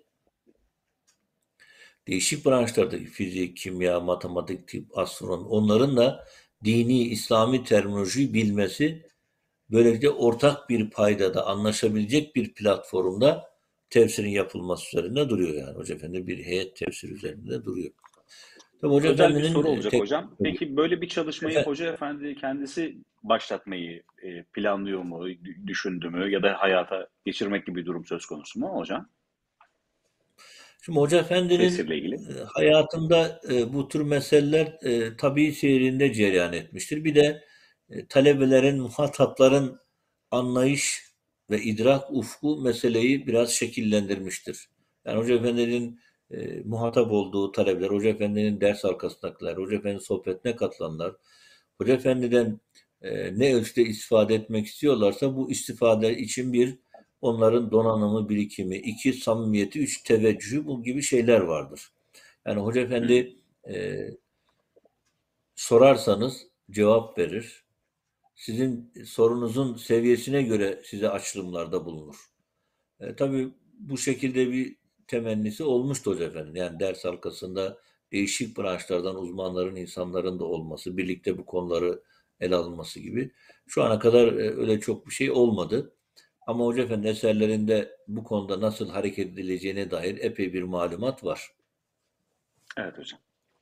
değişik branşlardaki fizik, kimya, matematik, tıp, astronomi, onların da dini, İslami terminolojiyi bilmesi, böylelikle ortak bir paydada anlaşabilecek bir platformda tefsirin yapılması üzerinde duruyor yani. Hoca Efendi bir heyet tefsiri üzerinde duruyor. Tabii Hoca Özel bir Efendi'nin soru e, olacak tek hocam. Peki böyle bir çalışmayı Efendim, Hoca Efendi kendisi başlatmayı e, planlıyor mu, düşündü mü ya da hayata geçirmek gibi bir durum söz konusu mu hocam? şimdi Hoca Efendi'nin Tefsirle ilgili. e, hayatında e, bu tür meseleler e, tabii seyrinde cereyan etmiştir. Bir de e, talebelerin, muhatapların anlayış ve idrak ufku meseleyi biraz şekillendirmiştir. Yani Hoca Efendi'nin e, muhatap olduğu talebeler, Hoca Efendi'nin ders arkasındakiler, Hoca Efendi'nin sohbetine katılanlar, Hoca Efendi'den e, ne ölçüde istifade etmek istiyorlarsa bu istifade için bir onların donanımı, birikimi, iki samimiyeti, üç teveccühü bu gibi şeyler vardır. Yani Hoca Hı hı. Efendi e, sorarsanız cevap verir. Sizin sorunuzun seviyesine göre size açılımlarda bulunur. E, tabii bu şekilde bir temennisi olmuştu Hoca Efendi. Yani ders halkasında değişik branşlardan uzmanların, insanların da olması, birlikte bu konuları ele alınması gibi. Şu ana kadar e, öyle çok bir şey olmadı. Ama Hoca Efendi'nin eserlerinde bu konuda nasıl hareket edileceğine dair epey bir malumat var. Evet hocam.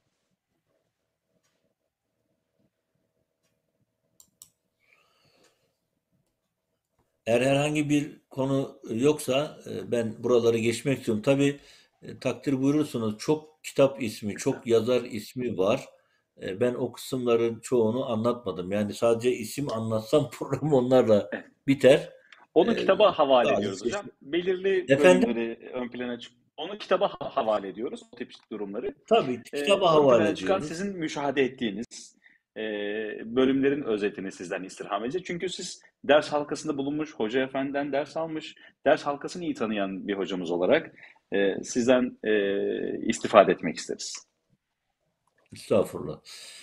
Eğer herhangi bir konu yoksa e, ben buraları geçmek istiyorum. Tabii e, takdir buyurursunuz, çok kitap ismi, çok yazar ismi var. E, Ben o kısımların çoğunu anlatmadım. Yani sadece isim anlatsam program onlarla Evet. biter. Onu E, kitaba havale Bazı ediyoruz hocam. seçim. Belirli Efendim? bölümleri ön plana çık. Onu kitaba ha- havale ediyoruz, o tip durumları. Tabii Ee, kitaba ön havale plana çıkan ediyoruz. sizin müşahede ettiğiniz e, bölümlerin özetini sizden istirham edeceğiz. Çünkü siz ders halkasında bulunmuş, hoca efendiden ders almış, ders halkasını iyi tanıyan bir hocamız olarak e, sizden e, istifade etmek isteriz. Estağfurullah.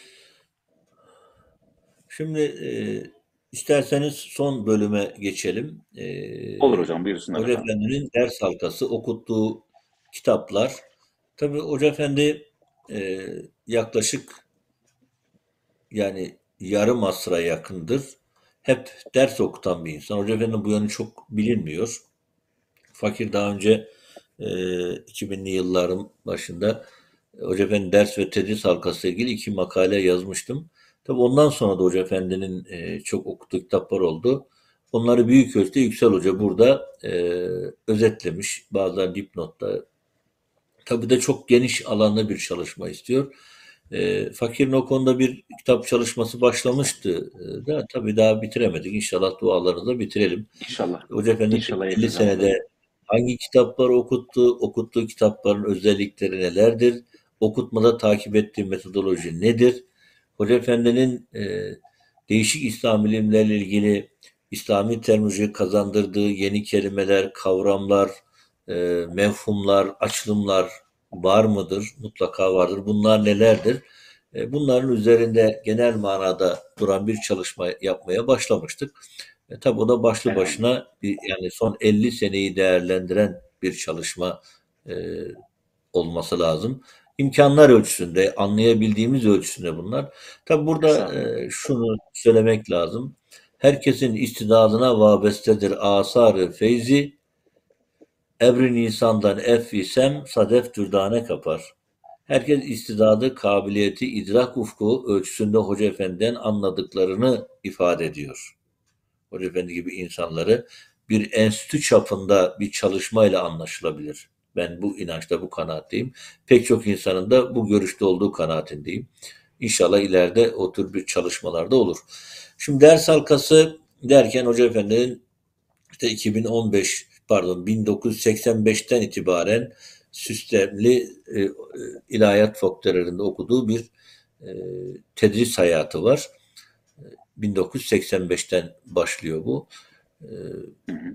Şimdi e, isterseniz son bölüme geçelim. E, Olur hocam, buyursunlar Hoca efendim. Efendi'nin ders halkası, okuttuğu kitaplar. Tabii Hoca Efendi e, yaklaşık yani yarım asra yakındır. Hep ders okutan bir insan. Hoca Efendi'nin bu yönü çok bilinmiyor. Fakir daha önce e, iki binli yılların başında e, Hoca Efendi ders ve tedris halkası ile ilgili iki makale yazmıştım. Tabii ondan sonra da Hoca Efendi'nin e, çok okuduğu kitaplar oldu. Onları büyük ölçüde Yüksel Hoca burada e, özetlemiş. Bazıları dipnotta. Tabii de çok geniş alanda bir çalışma istiyor. E, Fakir'in o konuda bir kitap çalışması başlamıştı. E, da tabii daha bitiremedik. İnşallah dualarınızla bitirelim. İnşallah. Hoca Efendi İnşallah yakın elli zamanda. senede hangi kitapları okuttu, okuttuğu kitapların özellikleri nelerdir, okutmada takip ettiği metodoloji nedir? Hoca Efendi'nin e, değişik İslam ilimleriyle ilgili İslami terminoloji kazandırdığı yeni kelimeler, kavramlar, e, mefhumlar, açılımlar var mıdır? Mutlaka vardır. Bunlar nelerdir? E, bunların üzerinde genel manada duran bir çalışma yapmaya başlamıştık. E, tabii o da başlı Elhamdülillah. başına bir yani son elli seneyi değerlendiren bir çalışma e, olması lazım. İmkanlar ölçüsünde, anlayabildiğimiz ölçüsünde bunlar. Tabii burada Estağfurullah. e, şunu söylemek lazım. Herkesin istidadına vabestedir asar-ı feyzi, ebri nisandan efvisem sadef dürdane kapar. Herkes istidadı, kabiliyeti, idrak ufku ölçüsünde Hoca Efendi'den anladıklarını ifade ediyor. Hoca Efendi gibi insanları bir enstitü çapında bir çalışmayla anlaşılabilir. Ben bu inançta, bu kanaatteyim. Pek çok insanın da bu görüşte olduğu kanaatindeyim. İnşallah ileride o tür bir çalışmalarda olur. Şimdi ders halkası derken Hoca Efendi'nin işte iki bin on beş pardon bin dokuz yüz seksen beşten itibaren sistemli e, e, ilahiyat fakültelerinde okuduğu bir e, tedris hayatı var. bin dokuz yüz seksen beşten başlıyor bu. Ee, Hı hı.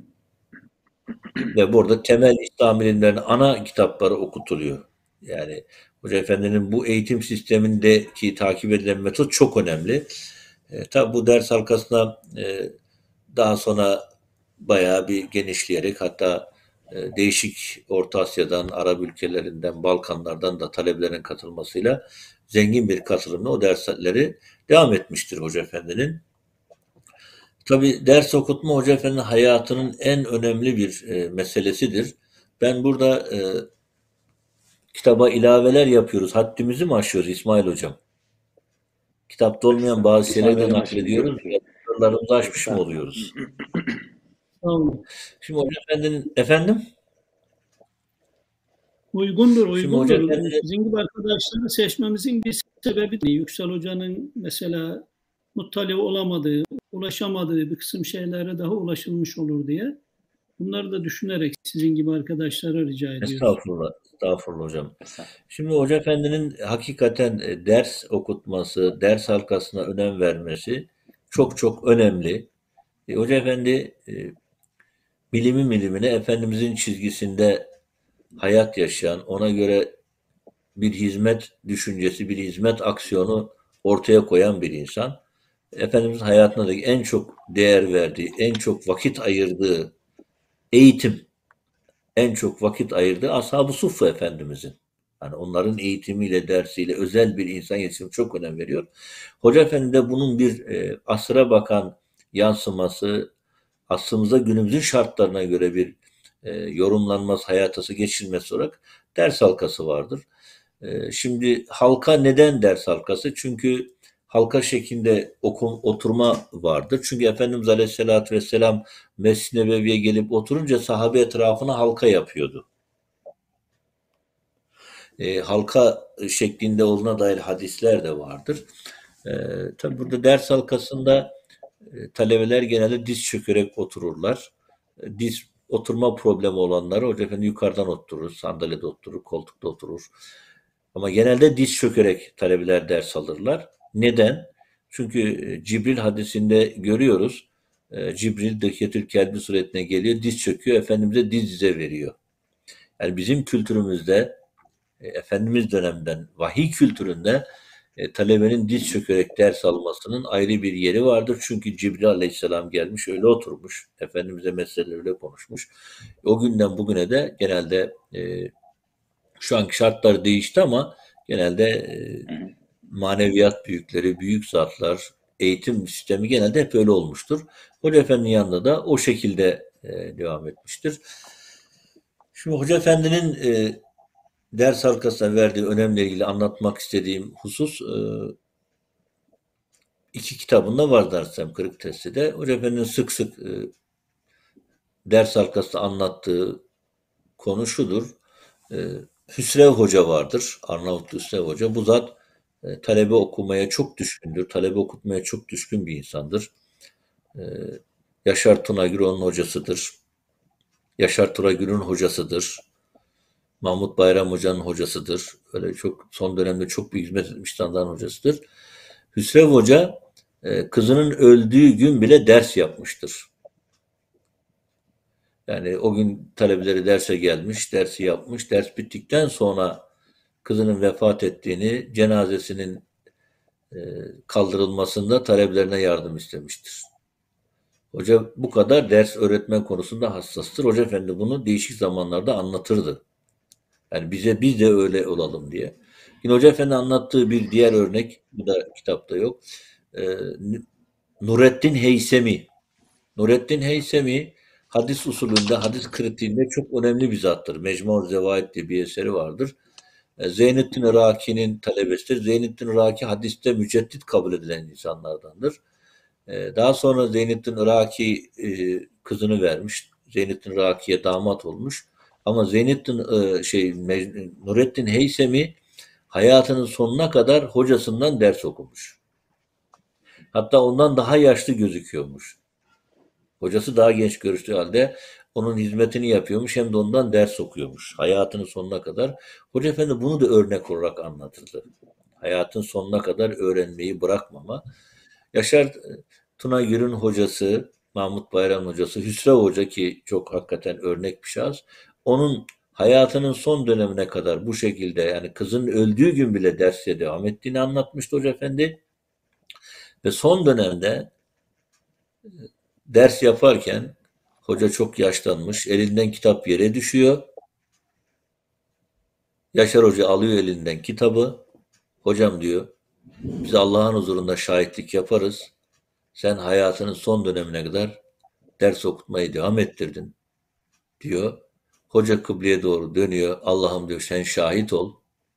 Ve burada temel İslam ilimlerinin ana kitapları okutuluyor. Yani Hoca Efendi'nin bu eğitim sistemindeki takip edilen metot çok önemli. E, tabi bu ders halkasına e, daha sonra bayağı bir genişleyerek hatta e, değişik Orta Asya'dan, Arap ülkelerinden, Balkanlardan da talebelerin katılmasıyla zengin bir katılımla o dersleri devam etmiştir Hoca Efendi'nin. Tabii ders okutma Hoca Efendi'nin hayatının en önemli bir e, meselesidir. Ben burada e, kitaba ilaveler yapıyoruz. Haddimizi mi aşıyoruz İsmail Hocam? Kitapta olmayan Estağfurullah. bazı şeyleri İsmail de hocama şimdi diyorum naklediyoruz. ki Sınırlarımızı aşmış mı estağfurullah. oluyoruz? Sağ olun. Şimdi Hoca Efendi'nin efendim? Uygundur, Şimdi Hoca uygundur. Efendi Sizin gibi arkadaşları seçmemizin bir sebebi de Yüksel Hoca'nın mesela muttali olamadığı, ulaşamadığı bir kısım şeylere daha ulaşılmış olur diye. Bunları da düşünerek sizin gibi arkadaşlara rica ediyoruz. estağfurullah, estağfurullah hocam. Estağfurullah. Şimdi Hoca Efendi'nin hakikaten e, ders okutması, ders halkasına önem vermesi çok çok önemli. E, Hoca Efendi e, bilimi milimine Efendimizin çizgisinde hayat yaşayan, ona göre bir hizmet düşüncesi, bir hizmet aksiyonu ortaya koyan bir insan. Efendimizin hayatına da en çok değer verdiği, en çok vakit ayırdığı eğitim, en çok vakit ayırdığı Ashab-ı Suffa Efendimizin. Yani onların eğitimiyle, dersiyle özel bir insan yetiştirmeye çok önem veriyor. Hoca Efendi de bunun bir e, asra bakan yansıması, aslımıza günümüzün şartlarına göre bir e, yorumlanması, hayatası geçirilmesi olarak ders halkası vardır. E, şimdi halka neden ders halkası? Çünkü halka şeklinde okum, oturma vardır. Çünkü Efendimiz Aleyhisselatü Vesselam Mescid-i Nebevi'ye gelip oturunca sahabe etrafına halka yapıyordu. E, halka şeklinde olduğuna dair hadisler de vardır. E, tabi burada ders halkasında e, talebeler genelde diz çökerek otururlar. E, diz oturma problemi olanları Hoca Efendi yukarıdan oturur, sandalyede oturur, koltukta oturur. Ama genelde diz çökerek talebeler ders alırlar. Neden? Çünkü e, Cibril hadisinde görüyoruz. E, Cibril Dıhiyetül Kelbi suretine geliyor, diz çöküyor, Efendimiz'e diz dize veriyor. Yani bizim kültürümüzde e, Efendimiz döneminden vahiy kültüründe e, talebenin diz çökerek ders almasının ayrı bir yeri vardır. Çünkü Cibril Aleyhisselam gelmiş öyle oturmuş. Efendimiz'e meseleleri öyle konuşmuş. O günden bugüne de genelde e, şu anki şartlar değişti ama genelde e, maneviyat büyükleri, büyük zatlar, eğitim sistemi genelde hep öyle olmuştur. Hoca Efendi'nin yanında da o şekilde e, devam etmiştir. Şimdi Hoca Efendi'nin e, ders halkasına verdiği önemle ilgili anlatmak istediğim husus e, iki kitabında var dersem Kırık Testi'de. Hoca Efendi'nin sık sık e, ders halkasında anlattığı konu şudur. E, Hüsrev Hoca vardır. Arnavutlu Hüsrev Hoca. Bu zat e, talebe okumaya çok düşkündür. Talebe okutmaya çok düşkün bir insandır. E, Yaşar Tunagür onun hocasıdır. Yaşar Tunagür'ün hocasıdır. Mahmut Bayram Hoca'nın hocasıdır. Öyle çok son dönemde çok büyük hizmet etmiş standart hocasıdır. Hüsrev Hoca e, kızının öldüğü gün bile ders yapmıştır. Yani o gün talebeleri derse gelmiş, dersi yapmış. Ders bittikten sonra kızının vefat ettiğini, cenazesinin e, kaldırılmasında talebelerine yardım istemiştir. Hoca bu kadar ders öğretmen konusunda hassastır. Hoca Efendi bunu değişik zamanlarda anlatırdı. Yani bize biz de öyle olalım diye. Yine Hoca Efendi anlattığı bir diğer örnek, bu da kitapta yok. Ee, Nurettin Heysemi. Nurettin Heysemi hadis usulünde, hadis kritiğinde çok önemli bir zattır. Mecmu Zevaid diye bir eseri vardır. Ee, Zeynettin Iraki'nin talebesidir. Zeynettin Iraki hadiste müceddit kabul edilen insanlardandır. Ee, daha sonra Zeynettin Iraki e, kızını vermiş. Zeynettin Iraki'ye damat olmuş. Ama Zeynettin e, şey Nurettin Heysemi hayatının sonuna kadar hocasından ders okumuş. Hatta ondan daha yaşlı gözüküyormuş. Hocası daha genç görüştüğü halde onun hizmetini yapıyormuş hem de ondan ders okuyormuş. Hayatının sonuna kadar. Hoca Efendi bunu da örnek olarak anlatırdı. Hayatın sonuna kadar öğrenmeyi bırakmama. Yaşar Tunagür'ün hocası, Mahmut Bayram hocası, Hüsrev Hoca ki çok hakikaten örnek bir şahıs. Onun hayatının son dönemine kadar bu şekilde yani kızın öldüğü gün bile derse devam ettiğini anlatmıştı Hoca Efendi. Ve son dönemde ders yaparken hoca çok yaşlanmış, elinden kitap yere düşüyor. Yaşar Hoca alıyor elinden kitabı. Hocam diyor, biz Allah'ın huzurunda şahitlik yaparız. Sen hayatının son dönemine kadar ders okutmayı devam ettirdin diyor. Hoca kıbleye doğru dönüyor. Allah'ım diyor sen şahit ol.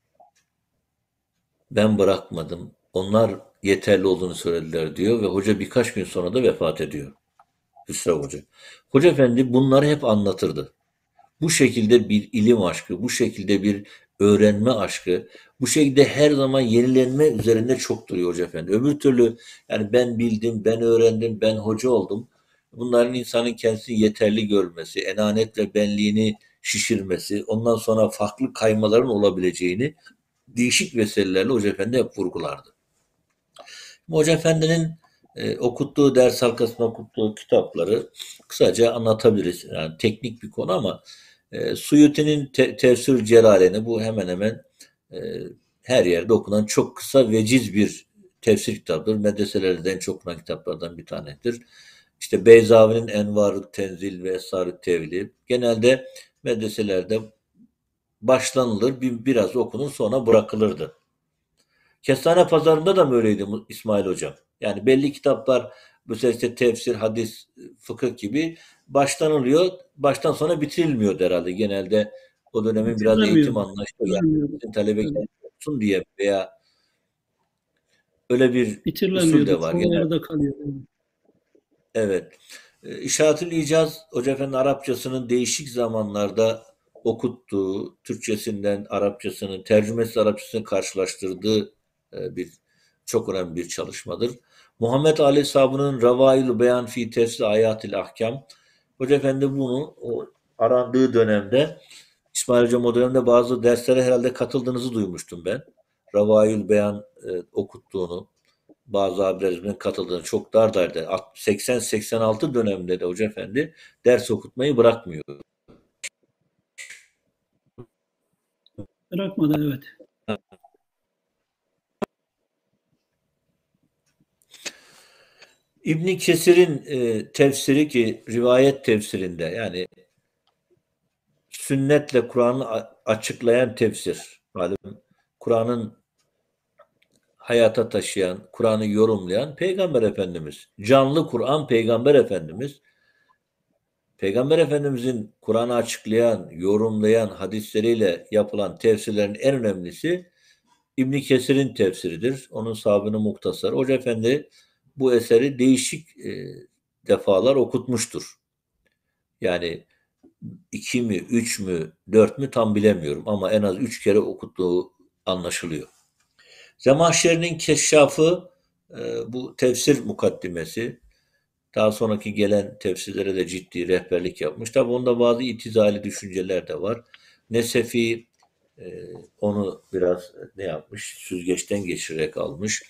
Ben bırakmadım. Onlar yeterli olduğunu söylediler diyor ve hoca birkaç gün sonra da vefat ediyor. Hüsrev Hoca. Hoca Efendi bunları hep anlatırdı. Bu şekilde bir ilim aşkı, bu şekilde bir öğrenme aşkı, bu şekilde her zaman yenilenme üzerinde çok duruyor Hoca Efendi. Öbür türlü yani ben bildim, ben öğrendim, ben hoca oldum. Bunların insanın kendisini yeterli görmesi, enanetle benliğini şişirmesi, ondan sonra farklı kaymaların olabileceğini değişik vesilelerle Hoca Efendi hep vurgulardı. Hoca Efendi'nin e, okuttuğu, ders halkasında okuttuğu kitapları kısaca anlatabiliriz. Yani teknik bir konu ama e, Suyuti'nin te- Tefsir Celaleni bu hemen hemen e, her yerde okunan çok kısa veciz bir tefsir kitabıdır. Medreselerde en çok okunan kitaplardan bir tanedir. İşte Beyzavi'nin Envar-ı Tenzil ve Esrar-ı Tevli. Genelde medreselerde başlanılır, bir, biraz okunur sonra bırakılırdı. Kestane pazarında da mı öyleydi İsmail Hocam? Yani belli kitaplar, mesela işte tefsir, hadis, fıkıh gibi başlanılıyor, baştan sona bitirilmiyor herhalde. Genelde o dönemin biraz eğitim Bitirilemiyor. anlayışı, yani Bitirilemiyor. bütün talebe Tabii. olsun diye veya öyle bir usul Bitirilemiyordu. de var. Çoğu Genel, yarıda kalıyor. evet. E, İşaretül İcaz Hoca Efendi Arapçasının değişik zamanlarda okuttuğu, Türkçesinden Arapçasının, tercümesi Arapçasını karşılaştırdığı e, bir çok önemli bir çalışmadır. Muhammed Ali Sabun'un Revail Beyan fi Tefsir Ayatil Ahkam. Hoca Efendi bunu o arandığı dönemde, İsmail Hocam o dönemde bazı derslere herhalde katıldığınızı duymuştum ben. Revail Beyan e, okuttuğunu, bazı abilerimizin katıldığını, çok dar dardı. seksen seksen altı döneminde de Hoca Efendi ders okutmayı bırakmıyor. Bırakmadan evet. İbn Kesir'in e, tefsiri, ki rivayet tefsirinde, yani sünnetle Kur'an'ı açıklayan tefsir, malum Kur'an'ın hayata taşıyan, Kur'an'ı yorumlayan Peygamber Efendimiz. Canlı Kur'an Peygamber Efendimiz. Peygamber Efendimizin Kur'an'ı açıklayan, yorumlayan hadisleriyle yapılan tefsirlerin en önemlisi İbn Kesir'in tefsiridir. Onun sahabını muhtasar. Hoca Efendi bu eseri değişik e, defalar okutmuştur. Yani iki mi, üç mü, dört mü tam bilemiyorum ama en az üç kere okuttuğu anlaşılıyor. Zemahşeri'nin Keşşafı, e, bu tefsir mukaddimesi. Daha sonraki gelen tefsirlere de ciddi rehberlik yapmış. Tabi onda bazı itizali düşünceler de var. Nesefi e, onu biraz ne yapmış? Süzgeçten geçirerek almış.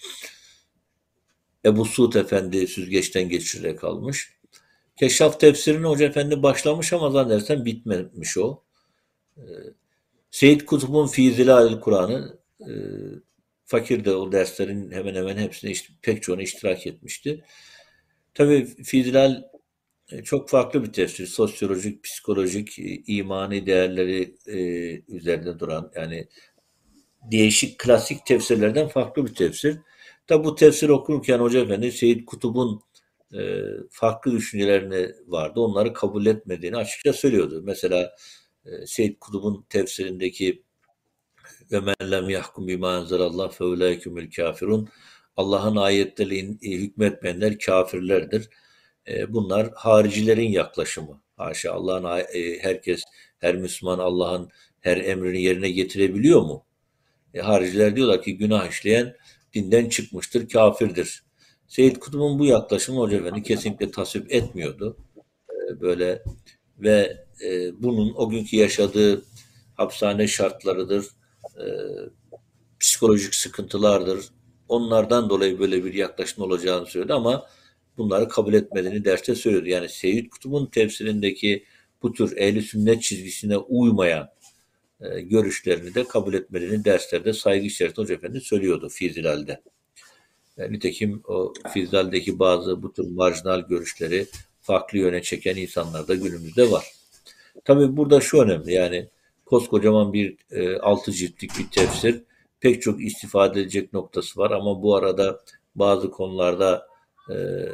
Ebu Suud Efendi süzgeçten geçirerek almış. Keşşaf tefsirini Hoca Efendi başlamış ama zannedersem bitmemiş o. E, Seyyid Kutub'un Fî Zilâlil Kur'an'ı, e, fakir de o derslerin hemen hemen hepsine, işte, pek çoğuna iştirak etmişti. Tabii Fî Zilâl E, çok farklı bir tefsir. Sosyolojik, psikolojik, e, imani değerleri e, üzerinde duran, yani değişik klasik tefsirlerden farklı bir tefsir. Tabi bu tefsir okurken Hoca Efendi Seyyid Kutub'un e, farklı düşüncelerini vardı. Onları kabul etmediğini açıkça söylüyordu. Mesela e, Seyyid Kutub'un tefsirindeki ve men lem yahkum bima enzelallah fe ulaikümül kafirun, Allah'ın ayetleriyle hükmetmeyenler kafirlerdir. E, bunlar haricilerin yaklaşımı. Haşa, Allah'ın e, herkes, her Müslüman Allah'ın her emrini yerine getirebiliyor mu? E, hariciler diyorlar ki günah işleyen dinden çıkmıştır, kafirdir. Seyyid Kutub'un bu yaklaşımı Hoca Efendi kesinlikle tasvip etmiyordu. E, böyle ve e, bunun o günkü yaşadığı hapishane şartlarıdır, e, psikolojik sıkıntılardır. Onlardan dolayı böyle bir yaklaşım olacağını söyledi ama bunları kabul etmediğini derste söylüyordu. Yani Seyyid Kutub'un tefsirindeki bu tür ehli sünnet çizgisine uymayan e, görüşlerini de kabul etmediğini derslerde saygı içerisinde Hoca Efendi söylüyordu Fizilal'de. Yani nitekim o Fizilal'deki bazı bu tür marjinal görüşleri farklı yöne çeken insanlar da günümüzde var. Tabii burada şu önemli, yani koskocaman bir e, altı ciltlik bir tefsir, pek çok istifade edilecek noktası var ama bu arada bazı konularda e,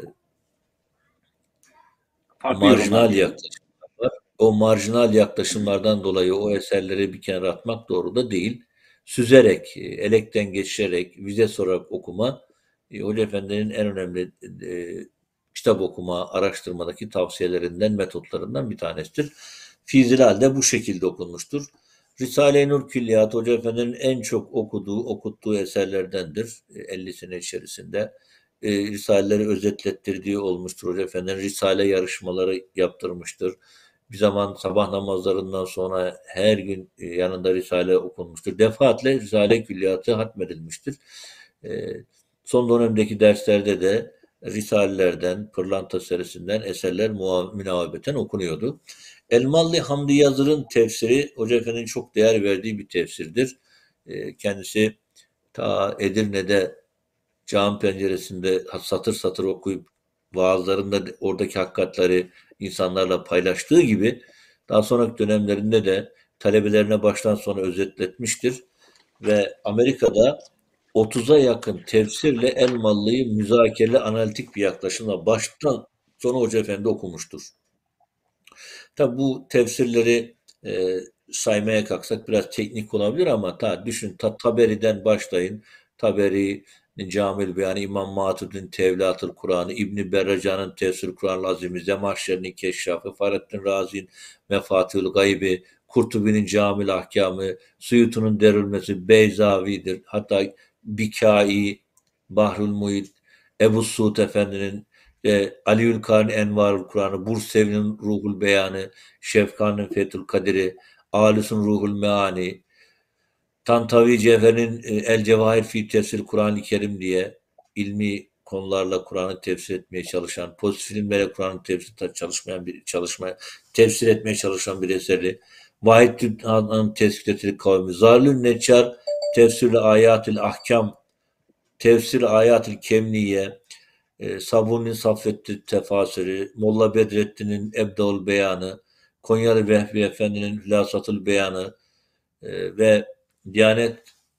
Farklı yorumlar marjinal diyelim. yaklaşımlar var. O marjinal yaklaşımlardan dolayı o eserleri bir kenara atmak doğru da değil. Süzerek, elekten geçirerek, vize sorarak okuma, e, Hoca Efendi'nin en önemli e, kitap okuma, araştırmadaki tavsiyelerinden, metotlarından bir tanesidir. Fizilal de bu şekilde okunmuştur. Risale-i Nur Külliyat Hoca Efendi'nin en çok okuduğu, okuttuğu eserlerdendir. elli sene içerisinde. E, Risaleleri özetlettirdiği olmuştur. Hoca Efendi'nin Risale yarışmaları yaptırmıştır. Bir zaman sabah namazlarından sonra her gün e, yanında Risale okunmuştur. Defaatle Risale Külliyatı hatmedilmiştir. E, son dönemdeki derslerde de Risalelerden, Pırlanta serisinden eserler münavebeten okunuyordu. Elmalı Hamdi Yazır'ın tefsiri Hoca Efendi'nin çok değer verdiği bir tefsirdir. E, kendisi ta Edirne'de cami penceresinde satır satır okuyup vaazlarında oradaki hakikatleri insanlarla paylaştığı gibi daha sonraki dönemlerinde de talebelerine baştan sona özetletmiştir. Ve Amerika'da otuza yakın tefsirle Elmalı'yı müzakereli analitik bir yaklaşımla baştan sona Hoca Efendi okumuştur. Tabi bu tefsirleri e, saymaya kalksak biraz teknik olabilir ama ta düşün ta, Taberi'den başlayın. Taberi, Camil Beyanı, İmam Maturidi'nin Tevlatül Kur'an'ı, İbn Berracan'ın Tefsir Kur'an-ı Azim'i, Zemahşeri'nin Keşşafı, Fahrettin Razi'nin Mefatihül Gaybi, Kurtubi'nin Camil Ahkamı, Suyutu'nun Derülmesi, Beyzavi'dir. Hatta Bikai, Bahrül Muhit, Ebu Suud Efendi'nin e, Aliül Kâr'ın Envarül Kur'an'ı, Bursevi'nin Ruhul Beyanı, Şefkan'ın Fethül Kadir'i, Âlis'in Ruhul Meani, Tantavi Cevher'in e, El Cevahir fi Tefsir Kur'an-ı Kerim diye ilmi konularla Kur'an'ı tefsir etmeye çalışan, pozitif ilimlerle Kur'an'ı tefsir çalışmayan bir çalışma, tefsir etmeye çalışan bir eseri. Vahid Tübhan'ın Teskil-i Kavmi, Zalül Neccar Tefsir-i Ayatil Ahkam, Tefsir Ayatil Kemniye, e, Sabuni'nin Saffettin Tefasiri, Molla Bedrettin'in Ebdaül Beyanı, Konyalı Vehbi Efendi'nin Hülasatül Beyanı e, ve Diyanet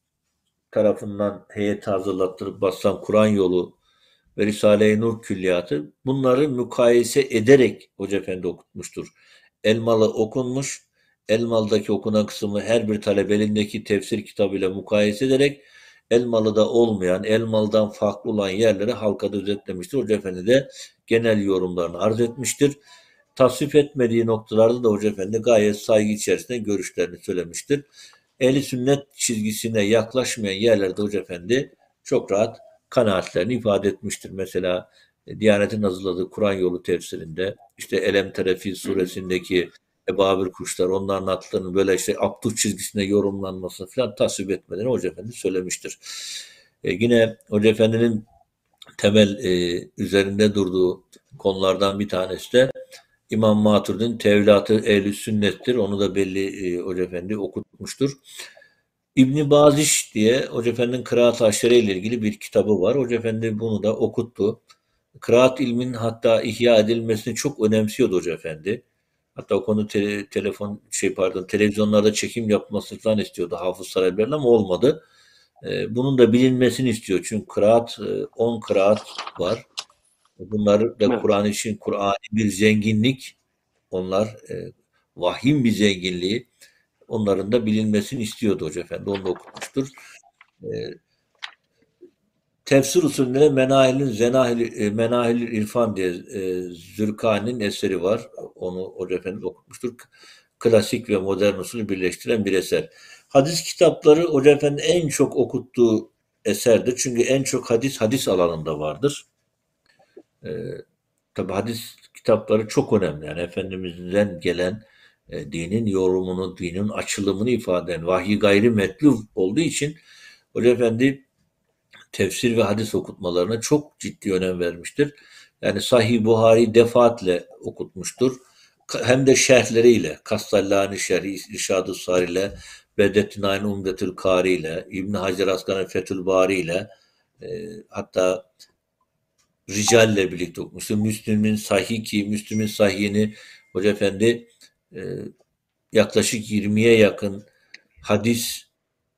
tarafından heyeti hazırlattırıp basılan Kur'an Yolu ve Risale-i Nur Külliyatı, bunları mukayese ederek Hoca Efendi okutmuştur. Elmalı okunmuş, Elmalı'daki okunan kısmı her bir talebe elindeki tefsir kitabıyla mukayese ederek Elmalı'da olmayan, Elmalı'dan farklı olan yerleri halka da özetlemiştir. Hoca Efendi de genel yorumlarını arz etmiştir. Tasvip etmediği noktalarda da Hoca Efendi gayet saygı içerisinde görüşlerini söylemiştir. Ehl-i sünnet çizgisine yaklaşmayan yerlerde Hoca Efendi çok rahat kanaatlerini ifade etmiştir. Mesela Diyanet'in hazırladığı Kur'an Yolu tefsirinde işte Elem Terefil suresindeki Ebabil kuşlar, onların adlarının böyle işte Abduh çizgisine yorumlanması falan tasvip etmediğini Hoca Efendi söylemiştir. E yine Hoca Efendi'nin temel e, üzerinde durduğu konulardan bir tanesi de İmam Maturidi'nin Tevlatı Ehl-i Sünnet'tir. Onu da belli e, Hoca Efendi okutmuştur. İbn-i Baziş diye Hoca Efendi'nin kıraat aşere ile ilgili bir kitabı var. Hoca Efendi bunu da okuttu. Kıraat ilminin hatta ihya edilmesini çok önemsiyordu Hoca Efendi. Hatta o konu te- telefon şey pardon televizyonlarda çekim yapmasını falan istiyordu Hafız Sarayberli ama olmadı. E, bunun da bilinmesini istiyor. Çünkü kıraat on kıraat var. Bunlar da Evet. Kur'an için Kur'an'ı bir zenginlik. Onlar e, vahim bir zenginliği. Onların da bilinmesini istiyordu Hoca Efendi. Onu da okutmuştur. E, tefsir usulüne Menahil'in Zenahil, e, Menahil İrfan diye e, Zürkani'nin eseri var. Onu Hoca Efendi okutmuştur. Klasik ve modern usulü birleştiren bir eser. Hadis kitapları Hoca Efendi en çok okuttuğu eserdir. Çünkü en çok hadis hadis alanında vardır. E, tabi hadis kitapları çok önemli. Yani Efendimiz'den gelen e, dinin yorumunu, dinin açılımını ifade eden vahyi gayri metluf olduğu için Hoca Efendi tefsir ve hadis okutmalarına çok ciddi önem vermiştir. Yani Sahih Buhari defaatle okutmuştur. Hem de şerhleriyle, Kastallani Şerhi, İrşad-ı Sari ile, Bedrettin Ayn Umdetül Kari ile, İbn Hacer Asqalani Fethül Bari ile, e, hatta Rical ile birlikte okumuştur. Müslüm'ün Sahih ki, Müslüm'ün Sahih'ini Hoca Efendi e, yaklaşık yirmiye yakın hadis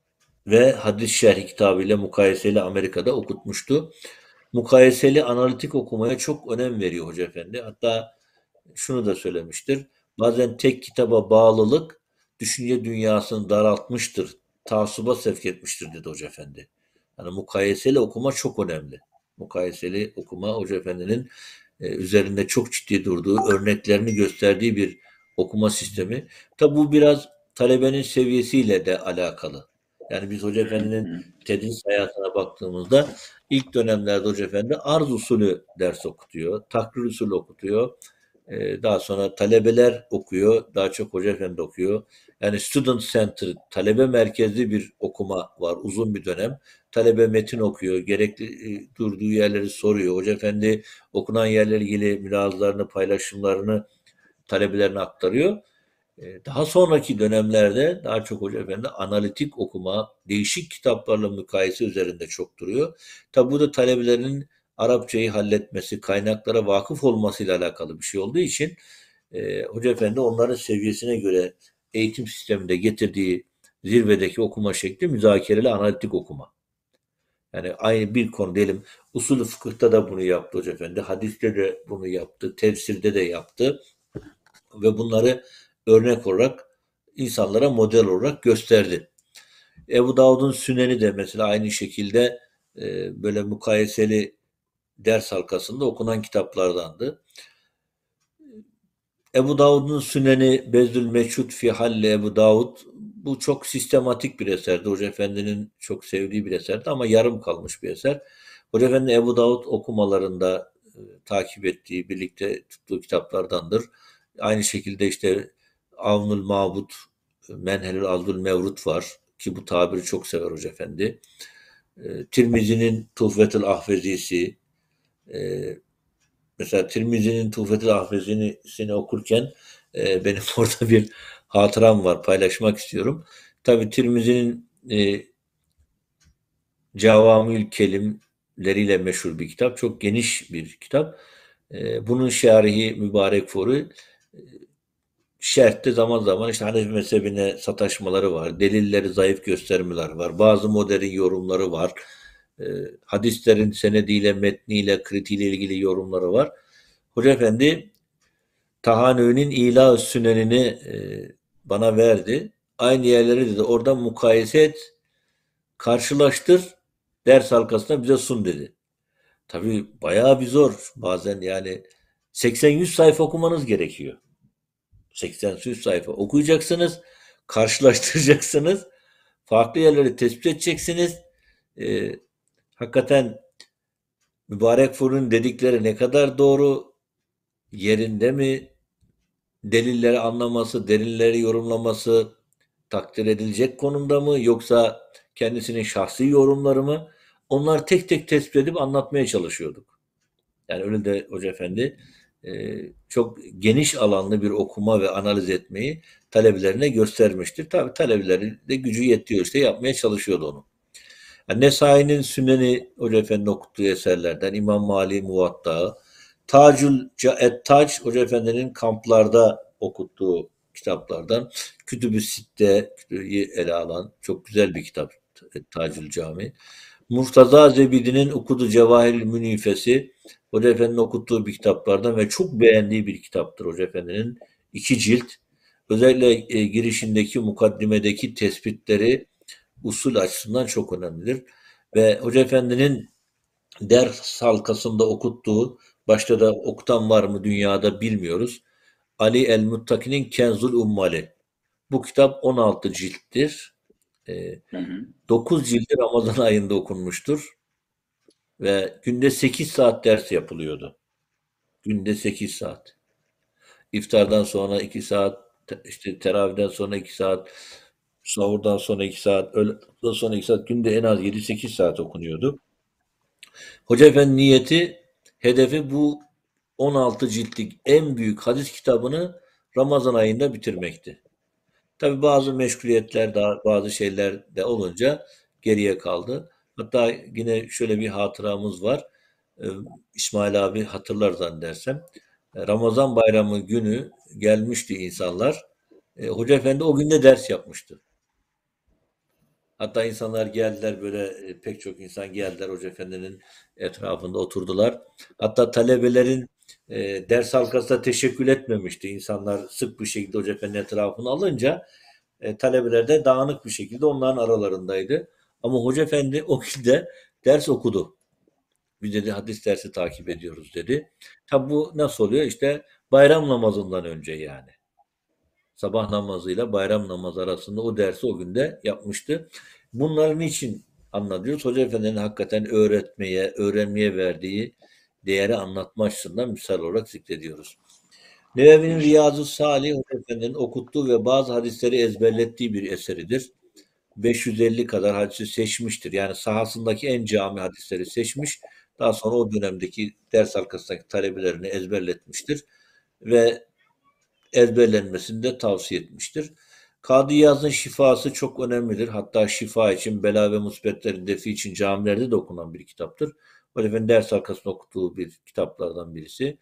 ve hadis şerhi kitabıyla mukayeseli Amerika'da okutmuştu. Mukayeseli analitik okumaya çok önem veriyor Hoca Efendi. Hatta şunu da söylemiştir. Bazen tek kitaba bağlılık düşünce dünyasını daraltmıştır. Taassuba sevk etmiştir dedi Hoca Efendi. Yani mukayeseli okuma çok önemli. Mukayeseli okuma Hoca Efendi'nin e, üzerinde çok ciddi durduğu, örneklerini gösterdiği bir okuma sistemi. Tabi bu biraz talebenin seviyesiyle de alakalı. Yani biz Hoca Efendi'nin tedris hayatına baktığımızda ilk dönemlerde Hoca Efendi arz usulü ders okutuyor, takrir usulü okutuyor. Ee, daha sonra talebeler okuyor, daha çok Hoca Efendi okuyor. Yani student centered, talebe merkezli bir okuma var uzun bir dönem. Talebe metin okuyor, gerekli e, durduğu yerleri soruyor. Hoca Efendi okunan yerlerle ilgili mülazlarını, paylaşımlarını talebelerine aktarıyor. Daha sonraki dönemlerde daha çok Hoca Efendi analitik okuma, değişik kitaplarla mukayese üzerinde çok duruyor. Tabi bu da talebelerin Arapçayı halletmesi, kaynaklara vakıf olmasıyla alakalı bir şey olduğu için e, Hoca Efendi onların seviyesine göre eğitim sisteminde getirdiği zirvedeki okuma şekli müzakereli analitik okuma. Yani aynı bir konu diyelim, usulü fıkıhta da bunu yaptı Hoca Efendi, hadiste de bunu yaptı, tefsirde de yaptı ve bunları örnek olarak insanlara model olarak gösterdi. Ebu Davud'un Süneni de mesela aynı şekilde e, böyle mukayeseli ders halkasında okunan kitaplardandı. Ebu Davud'un Süneni, Bezdül Meçhud fi Halle Ebu Davud, bu çok sistematik bir eserdi. Hoca Efendi'nin çok sevdiği bir eserdi ama yarım kalmış bir eser. Hoca Efendi Ebu Davud okumalarında e, takip ettiği, birlikte tuttuğu kitaplardandır. Aynı şekilde işte Avnul Mabud, Menhelül Azlul Mevrut var ki bu tabiri çok sever Hoca Efendi. E, Tirmizi'nin Tuhfetül Ahvezisi, e, mesela Tirmizi'nin Tuhfetül Ahvezisi'ni okurken e, benim orada bir hatıram var, paylaşmak istiyorum. Tabii Tirmizi'nin e, Cevamül Kelimleriyle meşhur bir kitap. Çok geniş bir kitap. E, bunun şerhi Mübarek Fori e, şerhte zaman zaman işte Hanefi mezhebine sataşmaları var. Delilleri zayıf göstermeler var. Bazı modern yorumları var. E, hadislerin senediyle, metniyle, kritiğiyle ilgili yorumları var. Hoca Efendi Tahanü'nün İlah-ı Sünenini e, bana verdi. Aynı yerleri dedi. Oradan mukayese et, karşılaştır, ders halkasında bize sun dedi. Tabii bayağı bir zor. Bazen yani seksen yüz sayfa okumanız gerekiyor. seksen yüz sayfa okuyacaksınız, karşılaştıracaksınız, farklı yerleri tespit edeceksiniz. E, hakikaten Mübarek Fur'un dedikleri ne kadar doğru, yerinde mi, delilleri anlaması, delilleri yorumlaması takdir edilecek konumda mı, yoksa kendisinin şahsi yorumları mı? Onlar tek tek tespit edip anlatmaya çalışıyorduk. Yani öyle de Hoca Efendi e, çok geniş alanlı bir okuma ve analiz etmeyi talebelerine göstermiştir. Tabii talebeleri de gücü yetiyor, işte yapmaya çalışıyordu onu. Yani Nesai'nin Süneni Hoca Efendi'nin okuttuğu eserlerden, İmam Mali Muvatta, Tacül Et-Tac Hoca Efendi'nin kamplarda okuttuğu kitaplardan, Kütüb-ü Sitte'yi ele alan çok güzel bir kitap Tacül Cami. Murtaza Zebidi'nin okuduğu Cevahir-i Münifesi Hoca Efendi'nin okuttuğu bir kitaplardan ve çok beğendiği bir kitaptır Hoca Efendi'nin. İki cilt. Özellikle e, girişindeki, mukaddimedeki tespitleri usul açısından çok önemlidir. Ve Hoca Efendi'nin ders halkasında okuttuğu, başta da okutan var mı dünyada bilmiyoruz, Ali el-Muttaki'nin Kenzul Ummali. Bu kitap on altı cilttir. Ee, dokuz cildi Ramazan ayında okunmuştur. Ve günde sekiz saat ders yapılıyordu. Günde sekiz saat. İftardan sonra iki saat, işte teravihden sonra iki saat, sahurdan sonra iki saat, öğleden sonra iki saat, günde en az yedi sekiz saat okunuyordu. Hoca Efendi niyeti, hedefi bu on altı ciltlik en büyük hadis kitabını Ramazan ayında bitirmekti. Tabi bazı meşguliyetler, daha bazı şeyler de olunca geriye kaldı. Hatta yine şöyle bir hatıramız var. Ee, İsmail abi hatırlar zannedersem. Ramazan bayramı günü gelmişti insanlar. E, Hoca Efendi o günde ders yapmıştı. Hatta insanlar geldiler, böyle e, pek çok insan geldiler, Hoca Efendi'nin etrafında oturdular. Hatta talebelerin e, ders halkasında teşekkür etmemişti. İnsanlar sık bir şekilde Hoca Efendi'nin etrafını alınca e, talebeler de dağınık bir şekilde onların aralarındaydı. Ama Hoca Efendi o günde ders okudu. Biz dedi hadis dersi takip ediyoruz dedi. Tabi bu nasıl oluyor? İşte bayram namazından önce yani. Sabah namazıyla bayram namazı arasında o dersi o günde yapmıştı. Bunların için anlatıyoruz. Hoca Efendi'nin hakikaten öğretmeye, öğrenmeye verdiği değeri anlatma açısından misal olarak zikrediyoruz. Nevevi'nin Riyazu Salih Hoca Efendi'nin okuttuğu ve bazı hadisleri ezberlettiği bir eseridir. beş yüz elli kadar hadisi seçmiştir. Yani sahasındaki en cami hadisleri seçmiş. Daha sonra o dönemdeki ders halkasındaki talebelerini ezberletmiştir. Ve ezberlenmesini de tavsiye etmiştir. Kadı Yaz'ın şifası çok önemlidir. Hatta şifa için, bela ve musibetlerin defi için camilerde de okunan bir kitaptır. Hoca Efendi ders halkasında okuduğu bir kitaplardan birisi.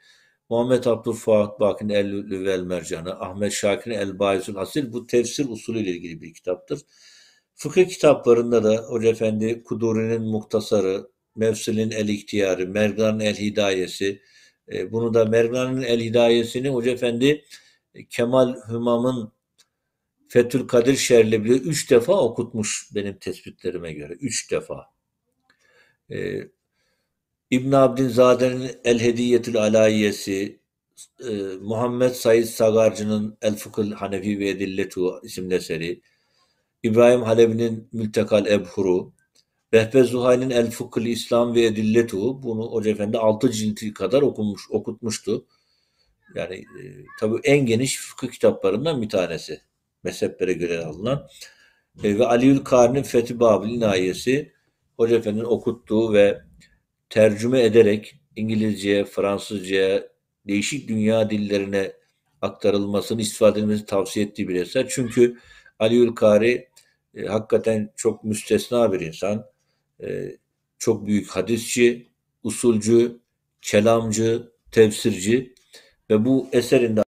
Muhammed Abdülfuat Baki'nin El-Lü'lü vel Mercanı, Ahmet Şakir'in El-Bahisül Hasil, bu tefsir usulü ile ilgili bir kitaptır. Fıkıh kitaplarında da Hoca Efendi Kuduri'nin Muhtasarı, Mevsil'in El-İhtiyarı, Mergan'ın El-Hidayesi, e, bunu da Mergan'ın El-Hidayesini Hoca Efendi e, Kemal Hümam'ın Fethül Kadir şerhli bile üç defa okutmuş benim tespitlerime göre. Üç defa. E, İbn Abdinzade'nin El-Hediyetül Alayiyesi, e, Muhammed Said Sagarcı'nın El-Fıkıh Hanefi ve Edilletu isimli eseri, İbrahim Halevi'nin Mültekal Ebhuru, Behbez Zuhay'ın El-Fıkıh İslam ve Edilletu, bunu Hoca Efendi altı cildi kadar okunmuş, okutmuştu. Yani e, tabii en geniş fıkıh kitaplarından bir tanesi. Mezheplere göre alınan. E, ve Aliül Kari'nin Fethi Babil İnayesi, Hoca Efendi'nin okuttuğu ve tercüme ederek İngilizce, Fransızca, değişik dünya dillerine aktarılmasını, istifade edilmesini tavsiye ettiği bir eser. Çünkü Aliül Kari e, hakikaten çok müstesna bir insan. E, çok büyük hadisçi, usulcü, kelamcı, tefsirci ve bu eserinde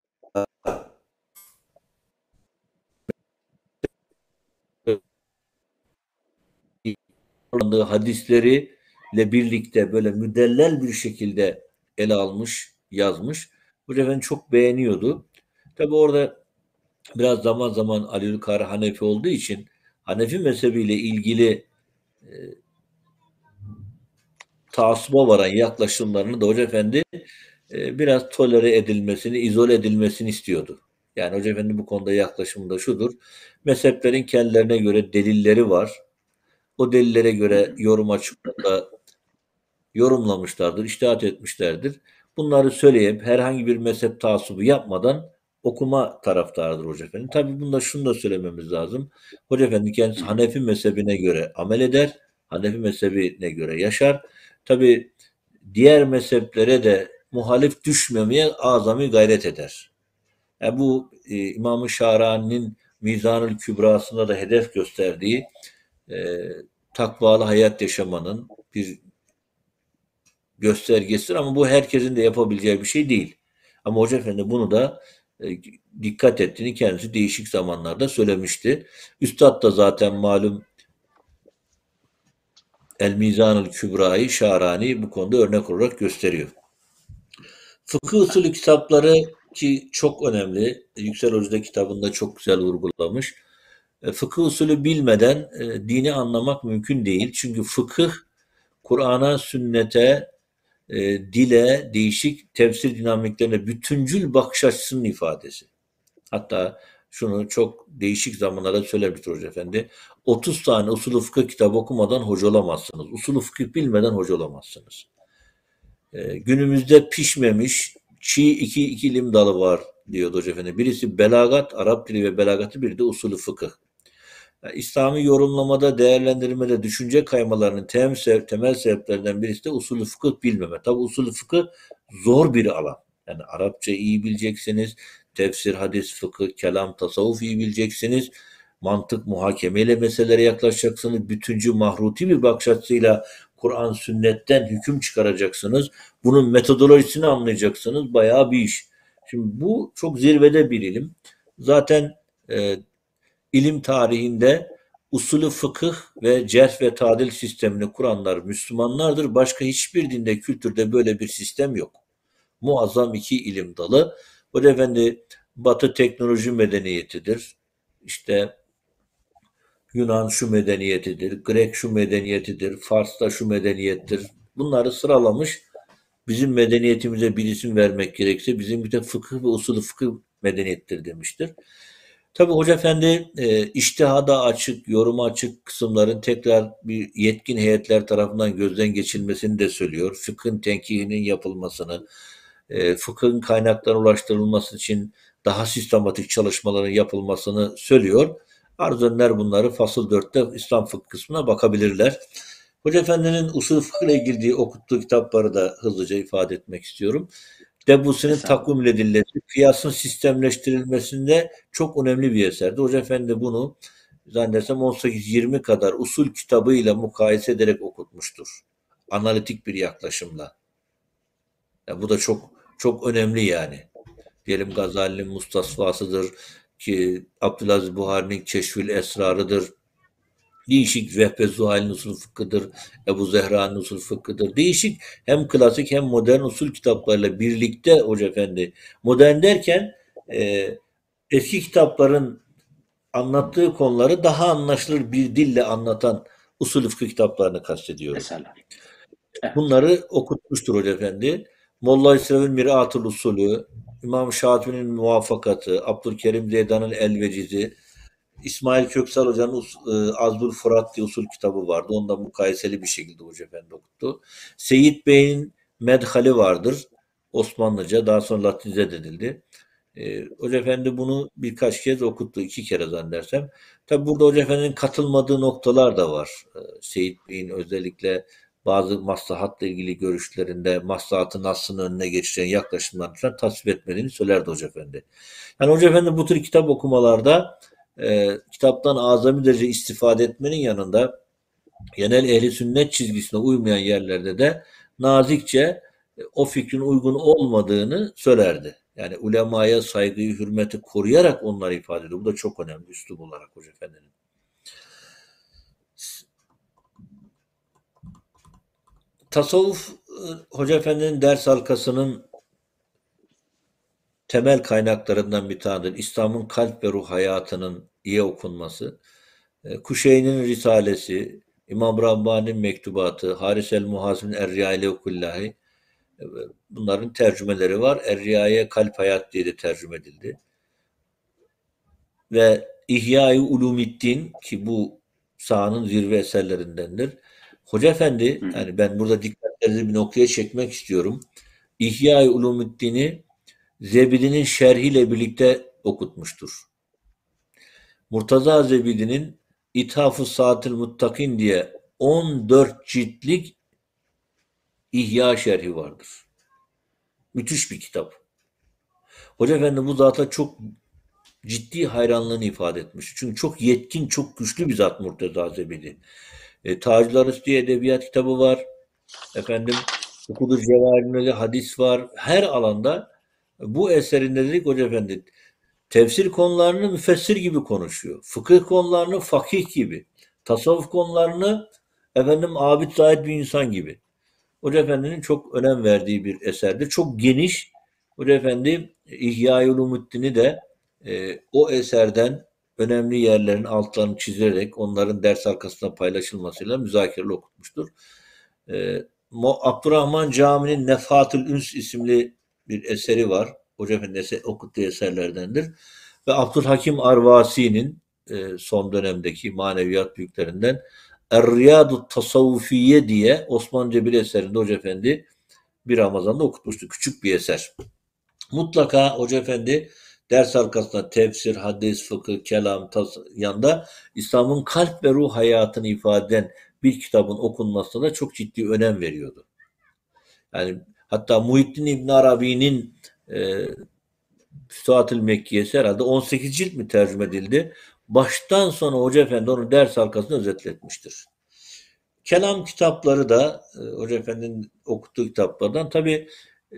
kullandığı hadisleri ile birlikte böyle müdellel bir şekilde ele almış, yazmış. Bu efendim çok beğeniyordu. Tabi orada biraz zaman zaman Ali Kari Hanefi olduğu için Hanefi mezhebiyle ilgili e, taassuba varan yaklaşımlarını da Hoca Efendi e, biraz tolere edilmesini, izole edilmesini istiyordu. Yani Hoca Efendi bu konuda yaklaşımı da şudur. Mezheplerin kendilerine göre delilleri var. O delillere göre yorum açıklıkla yorumlamışlardır, içtihat etmişlerdir. Bunları söyleyip herhangi bir mezhep taassubu yapmadan okuma taraftarıdır Hoca Efendi. Tabii bunda şunu da söylememiz lazım. Hoca Efendi kendisi Hanefi mezhebine göre amel eder, Hanefi mezhebine göre yaşar. Tabii diğer mezheplere de muhalif düşmemeye azami gayret eder. Yani bu e, İmam-ı Şahrani'nin Mizan-ül Kübrası'nda da hedef gösterdiği e, takvalı hayat yaşamanın bir göstergesidir ama bu herkesin de yapabileceği bir şey değil. Ama Hoca Efendi bunu da e, dikkat ettiğini kendisi değişik zamanlarda söylemişti. Üstad da zaten malum El Mizanül Kübra'yı Şahrani bu konuda örnek olarak gösteriyor. Fıkıh usulü kitapları ki çok önemli. Yüksel Hoca da kitabında çok güzel vurgulamış. E, fıkıh usulü bilmeden e, dini anlamak mümkün değil. Çünkü fıkıh Kur'an'a, sünnete, e, dile, değişik tefsir dinamiklerine bütüncül bakış açısının ifadesi. Hatta şunu çok değişik zamanlarda söylemiştir Hoca Efendi. otuz tane usulü fıkıh kitabı okumadan hoca olamazsınız. Usulü fıkıh bilmeden hoca olamazsınız. E, günümüzde pişmemiş çiğ iki, iki ilim dalı var diyor Hoca Efendi. Birisi belagat, Arap dili ve belagatı, biri de usulü fıkıh. Yani İslami yorumlamada, değerlendirmede düşünce kaymalarının temel, sebep, temel sebeplerinden birisi de usulü fıkıh bilmeme. Tabi usulü fıkıh zor bir alan. Yani Arapça iyi bileceksiniz, tefsir, hadis, fıkıh, kelam, tasavvuf iyi bileceksiniz, mantık, muhakemeyle meselelere yaklaşacaksınız, bütüncü, mahruti bir bakış açısıyla Kur'an, sünnetten hüküm çıkaracaksınız. Bunun metodolojisini anlayacaksınız. Bayağı bir iş. Şimdi bu çok zirvede bir ilim. Zaten e, İlim tarihinde usulü fıkıh ve cerh ve tadil sistemini kuranlar Müslümanlardır. Başka hiçbir dinde, kültürde böyle bir sistem yok. Muazzam iki ilim dalı. Hoca Efendi Batı teknoloji medeniyetidir. İşte Yunan şu medeniyetidir, Grek şu medeniyetidir, Fars da şu medeniyettir. Bunları sıralamış. Bizim medeniyetimize bir isim vermek gerekse bizim bir de fıkıh ve usulü fıkıh medeniyettir demiştir. Tabii Hoca Efendi e, içtihada açık, yoruma açık kısımların tekrar bir yetkin heyetler tarafından gözden geçilmesini de söylüyor. Fıkhın tenkihinin yapılmasını, e, fıkhın kaynaklara ulaştırılması için daha sistematik çalışmaların yapılmasını söylüyor. Arzu edenler bunları Fasıl dörtte İslam fıkh kısmına bakabilirler. Hoca Efendi'nin usul fıkıh ile ilgili okuttuğu kitapları da hızlıca ifade etmek istiyorum. Debussi'nin takvim ile dillesi, kıyasın sistemleştirilmesinde çok önemli bir eserdi. Hoca Efendi bunu zannedersem on sekiz yirmi kadar usul kitabıyla mukayese ederek okutmuştur. Analitik bir yaklaşımla. Yani bu da çok çok önemli yani. Diyelim Gazali'nin Mustasfasıdır ki Abdülaziz Buhari'nin Keşfül Esrarıdır. Değişik Vehbe Zuhal'in usul fıkhıdır, Ebu Zehra'nın usul fıkhıdır. Değişik hem klasik hem modern usul kitaplarıyla birlikte Hoca Efendi. Modern derken e, eski kitapların anlattığı konuları daha anlaşılır bir dille anlatan usul fıkıh kitaplarını kastediyorum. Mesela. Evet. Bunları okutmuştur Hoca Efendi. Molla İsrafil Mir'atul Usulü, İmam Şatibi'nin Muvafakatı, Abdülkerim Zeydan'ın El-Vecizi, İsmail Köksal Hoca'nın e, Azbul Fırat diye usul kitabı vardı. Onu da mukayeseli bir şekilde Hoca Efendi okuttu. Seyit Bey'in Medhali vardır. Osmanlıca, daha sonra Latince edildi. E, Hoca Efendi bunu birkaç kez okuttu. iki kere zannedersem. Tabi burada Hoca Efendi'nin katılmadığı noktalar da var. E, Seyit Bey'in özellikle bazı maslahatla ilgili görüşlerinde maslahatın aslının önüne geçiren yaklaşımlarını falan tasvip etmediğini söylerdi Hoca Efendi. Yani Hoca Efendi bu tür kitap okumalarda e, kitaptan azami derece istifade etmenin yanında genel ehli sünnet çizgisine uymayan yerlerde de nazikçe e, o fikrin uygun olmadığını söylerdi. Yani ulemaya saygıyı, hürmeti koruyarak onları ifade ediyor. Bu da çok önemli üslup olarak Hoca Efendi'nin. Tasavvuf Hoca Efendi'nin ders halkasının temel kaynaklarından bir tanıdır. İslam'ın kalp ve ruh hayatının iyi okunması. Kuşeyni'nin Risalesi, İmam Rabbani'nin mektubatı, Haris el-Muhasib'in Er-Riyâ-i Kullâhi, bunların tercümeleri var. Er-Riyâ'ye kalp hayat diye de tercüme edildi. Ve İhya-i Ulûmiddin ki bu sahanın zirve eserlerindendir. Hoca Efendi, yani ben burada dikkatlerinizi bir noktaya çekmek istiyorum. İhya-i Ulûmiddin'i Zebidi'nin şerhiyle birlikte okutmuştur. Murtaza Zebidi'nin İthaf-ı Saatil Muttakin diye on dört ciltlik İhya şerhi vardır. Müthiş bir kitap. Hoca Efendi bu zata çok ciddi hayranlığını ifade etmiş. Çünkü çok yetkin, çok güçlü bir zat Murtaza Zebidi. E, Taclar Üstü Edebiyat kitabı var. Efendim Okudur Cevahir'inde hadis var. Her alanda bu eserinde dedik Hoca Efendi tefsir konularını müfessir gibi konuşuyor. Fıkıh konularını fakih gibi. Tasavvuf konularını efendim abid zahid bir insan gibi. Hoca Efendi'nin çok önem verdiği bir eserdir. Çok geniş. Hoca Efendi İhya-i Ulûmiddin'i de e, o eserden önemli yerlerin altlarını çizerek onların ders arkasında paylaşılmasıyla müzakereli okutmuştur. E, Abdurrahman Cami'nin Nefahatül Üns isimli bir eseri var. Hoca Efendi eser, okuttuğu eserlerdendir. Ve Abdülhakim Arvasi'nin e, son dönemdeki maneviyat büyüklerinden Er-Riyadu Tasavvufiye diye Osmanlıca bir eserinde Hoca Efendi bir Ramazan'da okutmuştu. Küçük bir eser. Mutlaka Hoca Efendi ders arkasında tefsir, hadis, fıkıh, kelam, tas- yanında İslam'ın kalp ve ruh hayatını ifade eden bir kitabın okunmasına da çok ciddi önem veriyordu. Yani hatta Muhittin İbn Arabi'nin e, Fütuhat-ül Mekkiyesi herhalde on sekiz cilt mi tercüme edildi? Baştan sona Hoca Efendi onu ders halkasında özetletmiştir. Kelam kitapları da e, Hoca Efendi'nin okuttuğu kitaplardan tabii e,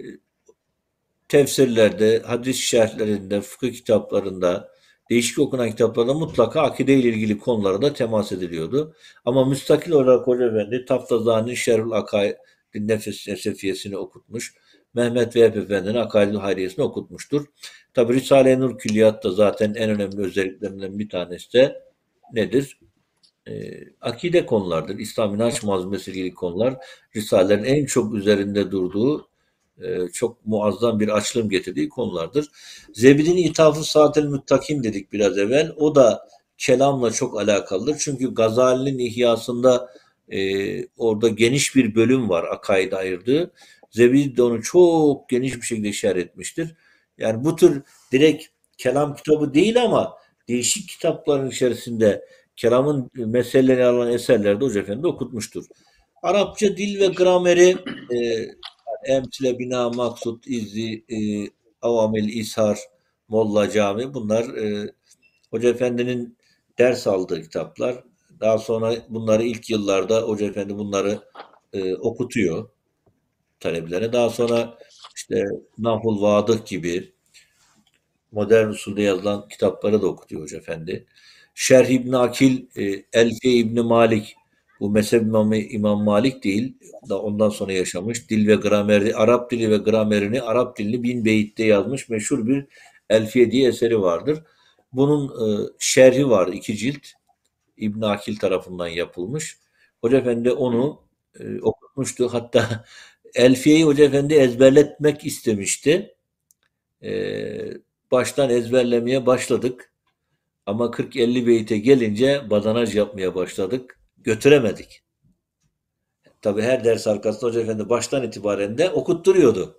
tefsirlerde, hadis şerhlerinde, fıkıh kitaplarında, değişik okunan kitaplarda mutlaka akide ile ilgili konulara da temas ediliyordu. Ama müstakil olarak Hoca Efendi Taftazani'nin Şerhül Akaid-i Nefes Nesefiyesini okutmuş. Mehmet Vehbi Efendi'nin Akaid-i Hayriyesini okutmuştur. Tabi Risale-i Nur Külliyat da zaten en önemli özelliklerinden bir tanesi de nedir? E, akide konulardır. İslam inanç malzemesi ilgili konular. Risale'lerin en çok üzerinde durduğu e, çok muazzam bir açılım getirdiği konulardır. Zebidi'nin İthaf-ı Saatil Muttakin dedik biraz evvel. O da kelamla çok alakalıdır. Çünkü Gazali'nin İhyasında e, orada geniş bir bölüm var akaide ayırdığı. Zebidi de onu çok geniş bir şekilde işaret etmiştir. Yani bu tür direkt kelam kitabı değil ama değişik kitapların içerisinde kelamın meselelerini alan eserlerde Hoca Efendi okutmuştur. Arapça dil ve grameri e, Emsile, Bina, Maksut, İzzi, e, Avamil, İshar, Molla, Cami bunlar e, Hoca Efendi'nin ders aldığı kitaplar. Daha sonra bunları ilk yıllarda Hoca Efendi bunları e, okutuyor talebelere. Daha sonra İşte Nahul Vadık gibi modern usulde yazılan kitapları da okutuyor Hoca Efendi. Şerh İbn Akil, e, Elfiye İbn Malik, bu mezhep imamı İmam Malik değil, da ondan sonra yaşamış. Dil ve grameri, Arap dili ve gramerini, Arap dilini bin beyitte yazmış meşhur bir Elfiye diye eseri vardır. Bunun e, şerhi var, iki cilt. İbn Akil tarafından yapılmış. Hoca Efendi onu e, okutmuştu. Hatta Elfiye'yi Hoca Efendi ezberletmek istemişti. E, Baştan ezberlemeye başladık. Ama kırk elli beyte gelince badanaj yapmaya başladık. Götüremedik. Tabii her ders arkasında Hoca Efendi baştan itibaren de okutturuyordu.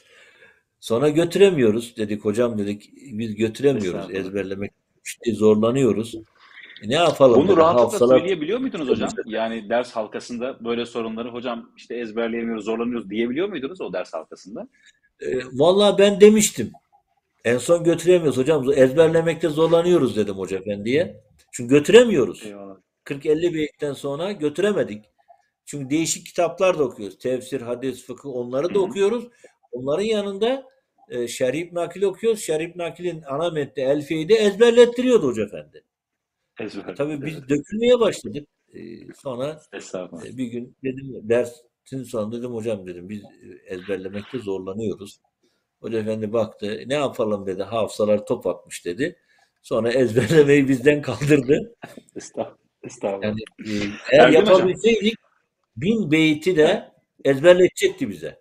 Sonra götüremiyoruz dedik hocam dedik biz götüremiyoruz ezberlemek işte zorlanıyoruz. E ne yapalım Bunu dedi rahatlıkla hafızalar. söyleyebiliyor muydunuz hocam? Yani ders halkasında böyle sorunları hocam işte ezberleyemiyoruz, zorlanıyoruz diyebiliyor muydunuz o ders halkasında? E, vallahi ben demiştim. En son götüremiyoruz hocam. Ezberlemekte zorlanıyoruz dedim Hoca Efendi'ye. Çünkü götüremiyoruz. Eyvallah. kırk elli beyitten sonra götüremedik. Çünkü değişik kitaplar da okuyoruz. Tefsir, hadis, fıkıh onları da Hı hı. okuyoruz. Onların yanında e, Şerh İbn Akil okuyoruz. Şerh İbn Akil'in ana metni Elfiye'yi de ezberlettiriyordu Hoca Efendi. Ezber. Tabii biz Evet. dökülmeye başladık. E, sonra Estağfurullah. e, bir gün dedim dersin sonunda dedim hocam dedim biz ezberlemekte zorlanıyoruz. Hoca Efendi baktı. Ne yapalım dedi. Hafızalar top atmış dedi. Sonra ezberlemeyi bizden kaldırdı. Estağfurullah. Estağfurullah. Yani e, eğer Ergün hocam. yapabilseydik bin beyti Evet. de ezberletecekti bize.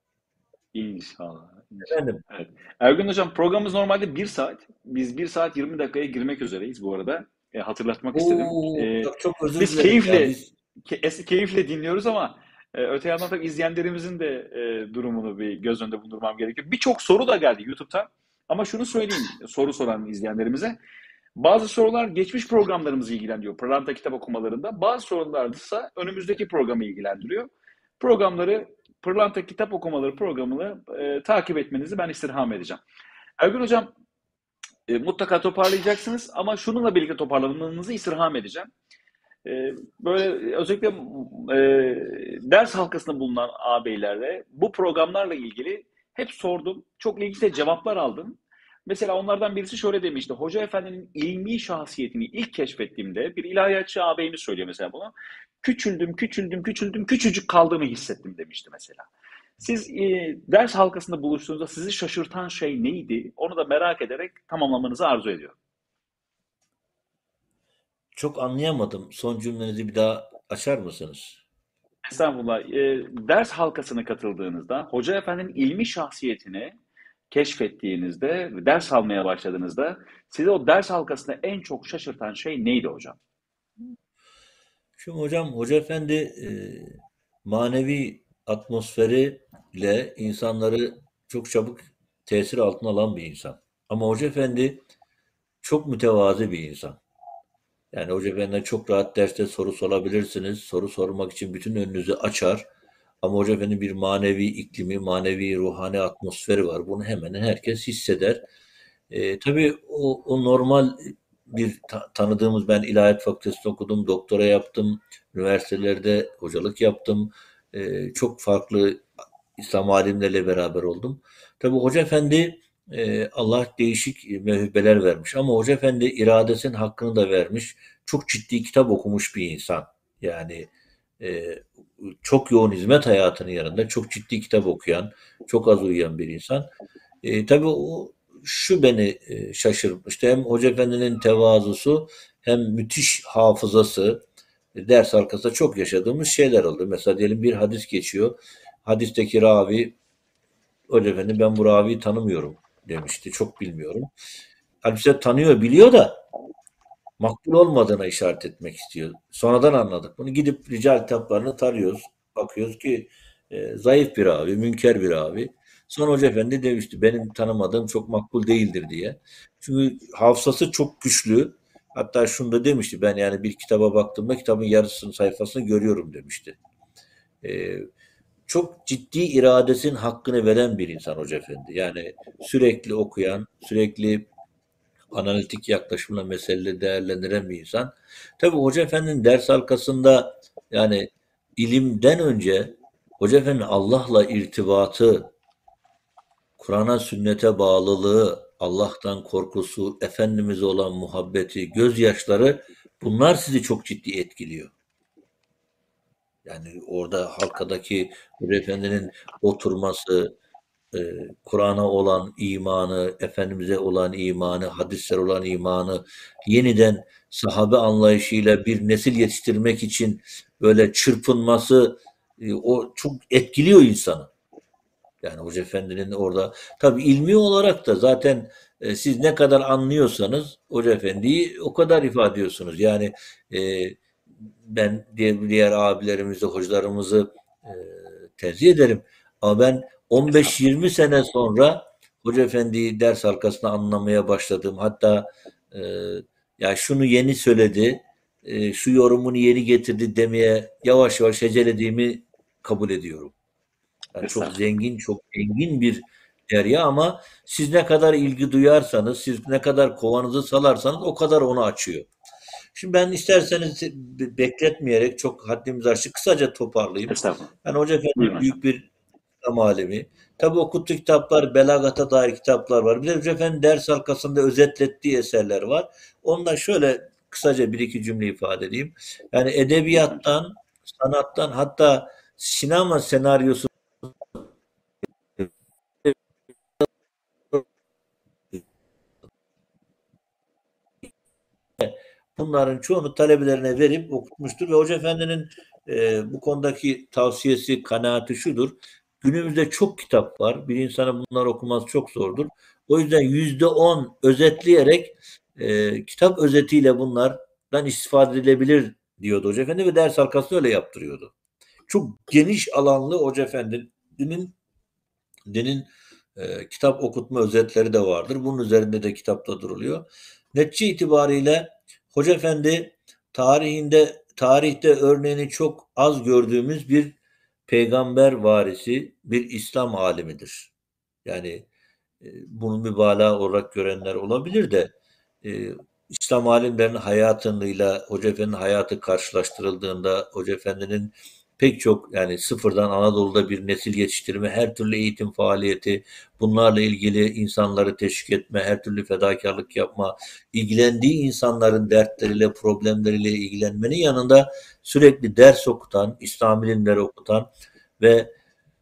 İnşallah. İnşallah. Efendim. Evet. Ergün hocam programımız normalde bir saat. Biz bir saat yirmi dakikaya girmek üzereyiz bu arada. E, hatırlatmak istedim. Oo, E, çok, çok özür biz dilerim keyifle ya. Biz ke- keyifle dinliyoruz ama e, öte yandan tabii izleyenlerimizin de e, durumunu bir göz önünde bulundurmam gerekiyor. Birçok soru da geldi YouTube'tan. Ama şunu söyleyeyim soru soran izleyenlerimize. Bazı sorular geçmiş programlarımızı ilgilendiriyor. Pırlanta kitap okumalarında. Bazı sorular ise önümüzdeki programı ilgilendiriyor. Programları Pırlanta kitap okumaları programını e, takip etmenizi ben istirham edeceğim. Ergün hocam e, mutlaka toparlayacaksınız ama şununla birlikte toparlamanızı istirham edeceğim. E, böyle özellikle e, ders halkasında bulunan ağabeylerle bu programlarla ilgili hep sordum. Çok ilginç cevaplar aldım. Mesela onlardan birisi şöyle demişti. Hoca Efendi'nin ilmi şahsiyetini ilk keşfettiğimde bir ilahiyatçı ağabeyimiz söylüyor mesela bunu. Küçüldüm, küçüldüm, küçüldüm, küçücük kaldığımı hissettim demişti mesela. Siz e, ders halkasında buluştuğunuzda sizi şaşırtan şey neydi? Onu da merak ederek tamamlamanızı arzu ediyorum. çok anlayamadım. Son cümlenizi bir daha açar mısınız? Estağfurullah. E, ders halkasına katıldığınızda, Hoca Efendi'nin ilmi şahsiyetini keşfettiğinizde, ders almaya başladığınızda sizi o ders halkasında en çok şaşırtan şey neydi hocam? Şimdi hocam Hoca Efendi e, manevi atmosferiyle insanları çok çabuk tesir altına alan bir insan. Ama Hoca Efendi çok mütevazi bir insan. Yani Hoca Efendi'ne çok rahat derste soru sorabilirsiniz. Soru sormak için bütün önünüzü açar. Ama Hoca Efendi'nin bir manevi iklimi, manevi ruhani atmosferi var. Bunu hemen herkes hisseder. E, tabii o, o normal bir ta- tanıdığımız, ben ilahiyat fakültesinde okudum, doktora yaptım, üniversitelerde hocalık yaptım. E, çok farklı İslam alimleriyle beraber oldum. Tabii Hoca Efendi e, Allah değişik mevhibeler vermiş ama Hoca Efendi iradesinin hakkını da vermiş. Çok ciddi kitap okumuş bir insan. Yani e, çok yoğun hizmet hayatının yanında çok ciddi kitap okuyan, çok az uyuyan bir insan. E, tabii o şu beni e, şaşırtmıştı. Hem Hoca Efendi'nin tevazusu hem müthiş hafızası. E, ders arkasında çok yaşadığımız şeyler oldu. Mesela diyelim bir hadis geçiyor. Hadisteki ravi Hoca Efendi ben bu raviyi tanımıyorum demişti. Çok bilmiyorum. Halbuki tanıyor biliyor da makbul olmadığına işaret etmek istiyor. Sonradan anladık. Bunu gidip rical kitaplarını tarıyoruz. Bakıyoruz ki e, zayıf bir ravi, münker bir ravi. Sonra Hoca Efendi demişti benim tanımadığım çok makbul değildir diye. Çünkü hafızası çok güçlü. Hatta şunu da demişti ben yani bir kitaba baktığımda kitabın yarısının sayfasını görüyorum demişti. E, Çok ciddi iradesinin hakkını veren bir insan Hoca Efendi. Yani sürekli okuyan, sürekli analitik yaklaşımla meseleleri değerlendiren bir insan. Tabii Hoca Efendi'nin ders halkasında yani ilimden önce Hoca Efendi'nin Allah'la irtibatı Kur'an'a, sünnete bağlılığı, Allah'tan korkusu, Efendimiz'e olan muhabbeti, gözyaşları, bunlar sizi çok ciddi etkiliyor. Yani orada halkadaki Hoca Efendi'nin oturması, e, Kur'an'a olan imanı, Efendimiz'e olan imanı, hadislere olan imanı, yeniden sahabe anlayışıyla bir nesil yetiştirmek için böyle çırpınması, e, o çok etkiliyor insanı. Yani Hoca Efendi'nin orada tabii ilmi olarak da zaten e, siz ne kadar anlıyorsanız Hoca Efendi'yi o kadar ifade ediyorsunuz. Yani e, ben diğer, diğer abilerimizi, hocalarımızı e, tenzih ederim. Ama ben on beş yirmi sene sonra Hoca Efendi'yi ders halkasında anlamaya başladım. Hatta e, ya şunu yeni söyledi, e, şu yorumunu yeni getirdi demeye yavaş yavaş hecelediğimi kabul ediyorum. Yani çok zengin, çok engin bir derya ama siz ne kadar ilgi duyarsanız, siz ne kadar kovanızı salarsanız o kadar onu açıyor. Şimdi ben isterseniz bekletmeyerek çok haddimizi aştık. Kısaca toparlayayım. Estağfurullah. Yani Hoca Efendi Buyurun büyük hocam. bir İslam alemi. Tabii okuttuğu kitaplar, belagata dair kitaplar var. Bir de Hoca Efendi ders halkasında özetlettiği eserler var. Ondan şöyle kısaca bir iki cümle ifade edeyim. Yani edebiyattan, sanattan, hatta sinema senaryosu bunların çoğunu talebelerine verip okutmuştur ve Hoca Efendi'nin e, bu konudaki tavsiyesi, kanaati şudur. Günümüzde çok kitap var. Bir insanın bunları okuması çok zordur. O yüzden yüzde on özetleyerek e, kitap özetiyle bunlardan istifade edilebilir diyordu Hoca Efendi ve ders halkasında öyle yaptırıyordu. Çok geniş alanlı Hoca Efendi'nin dinin e, kitap okutma özetleri de vardır. Bunun üzerinde de kitapta duruluyor. Netice itibariyle Hoca Efendi tarihinde tarihte örneğini çok az gördüğümüz bir peygamber varisi, bir İslam alimidir. Yani e, bunu mübalağa olarak görenler olabilir de e, İslam alimlerinin hayatıyla Hoca Efendi'nin hayatı karşılaştırıldığında Hoca Efendi'nin pek çok yani sıfırdan Anadolu'da bir nesil yetiştirme, her türlü eğitim faaliyeti, bunlarla ilgili insanları teşvik etme, her türlü fedakarlık yapma, ilgilendiği insanların dertleriyle, problemleriyle ilgilenmenin yanında sürekli ders okutan, İslam ilimleri okutan ve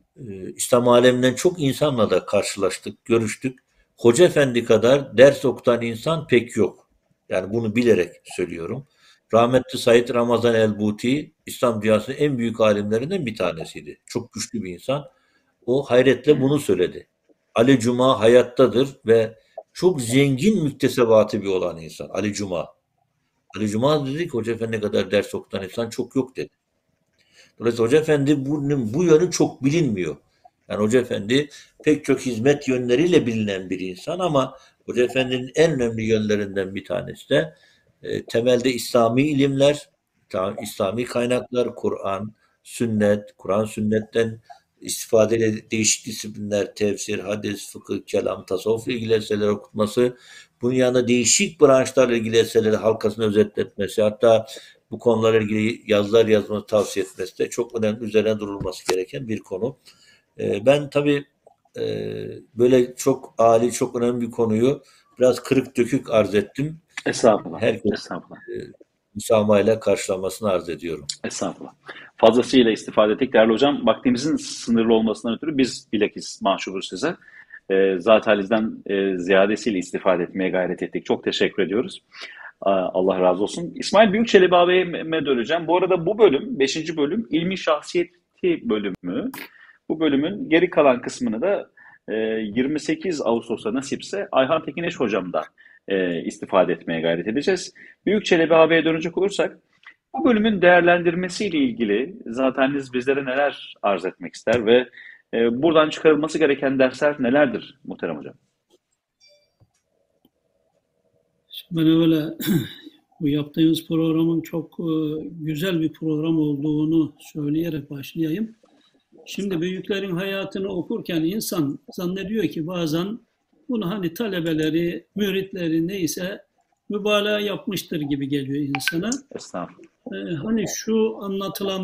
e, İslam aleminden çok insanla da karşılaştık, görüştük. Hoca Efendi kadar ders okutan insan pek yok. Yani bunu bilerek söylüyorum. Rahmetli Said Ramazan el-Buti İslam dünyasının en büyük alimlerinden bir tanesiydi. Çok güçlü bir insan. O hayretle bunu söyledi. Ali Cuma hayattadır ve çok zengin müktesebatı bir olan insan. Ali Cuma. Ali Cuma dedi ki Hoca Efendi kadar ders okutan insan çok yok dedi. Dolayısıyla Hoca Efendi bunun bu yönü çok bilinmiyor. Yani Hoca Efendi pek çok hizmet yönleriyle bilinen bir insan ama Hoca Efendi'nin en önemli yönlerinden bir tanesi de e, temelde İslami ilimler, İslami kaynaklar, Kur'an, sünnet, Kur'an sünnetten istifadeyle değişik disiplinler, tefsir, hadis, fıkıh, kelam, tasavvufla ilgili eserler okutması, bunun yanında değişik branşlarla ilgili eserleri halkasına özetletmesi, hatta bu konularla ilgili yazılar yazması tavsiye etmesi de çok önemli, üzerine durulması gereken bir konu. Ee, ben tabii e, böyle çok âli, çok önemli bir konuyu biraz kırık dökük arz ettim. Estağfurullah. Herkes Estağfurullah. e, müsamahayla karşılamasını arz ediyorum. Estağfurullah. Fazlasıyla istifade ettik. Değerli hocam, vaktimizin sınırlı olmasından ötürü biz bilakis mahcubuz size. E, Zat-ı e, ziyadesiyle istifade etmeye gayret ettik. Çok teşekkür ediyoruz. Allah razı olsun. İsmail Büyükçelebi ağabeyime döneceğim. Bu arada bu bölüm, beşinci bölüm ilmi şahsiyeti bölümü. Bu bölümün geri kalan kısmını da yirmi sekiz Ağustos'ta nasipse Ayhan Tekineş hocamdan istifade etmeye gayret edeceğiz. Büyükçelebi ağabeye dönecek olursak, bu bölümün değerlendirmesiyle ilgili zaten bizlere neler arz etmek ister ve buradan çıkarılması gereken dersler nelerdir muhterem hocam? Ben öyle bu yaptığımız programın çok güzel bir program olduğunu söyleyerek başlayayım. Şimdi büyüklerin hayatını okurken insan zannediyor ki bazen bunu hani talebeleri, müritleri neyse mübalağa yapmıştır gibi geliyor insana. Estağfurullah. Ee, hani şu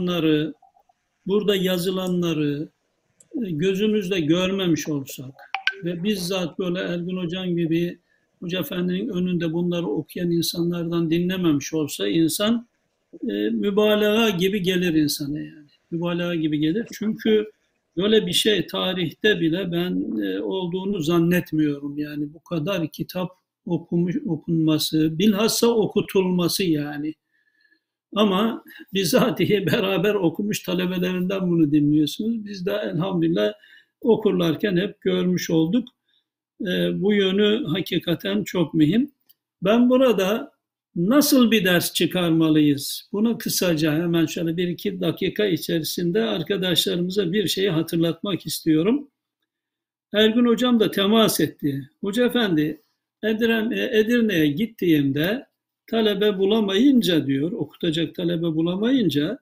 anlatılanları, burada yazılanları gözümüzle görmemiş olsak, ve bizzat böyle Ergün Hocam gibi Hoca Efendi'nin önünde bunları okuyan insanlardan dinlememiş olsa insan e, mübalağa gibi gelir insana yani. Mübalağa gibi gelir. Çünkü böyle bir şey tarihte bile ben e, olduğunu zannetmiyorum. Yani bu kadar kitap okumuş, okunması, bilhassa okutulması yani. Ama bizatihi beraber okumuş talebelerinden bunu dinliyorsunuz. Biz de elhamdülillah okurlarken hep görmüş olduk. E, bu yönü hakikaten çok mühim. Ben burada nasıl bir ders çıkarmalıyız? Bunu kısaca hemen şöyle bir iki dakika içerisinde arkadaşlarımıza bir şeyi hatırlatmak istiyorum. Ergün Hocam da temas etti. Hoca Efendi, Edirne'ye gittiğimde talebe bulamayınca diyor, okutacak talebe bulamayınca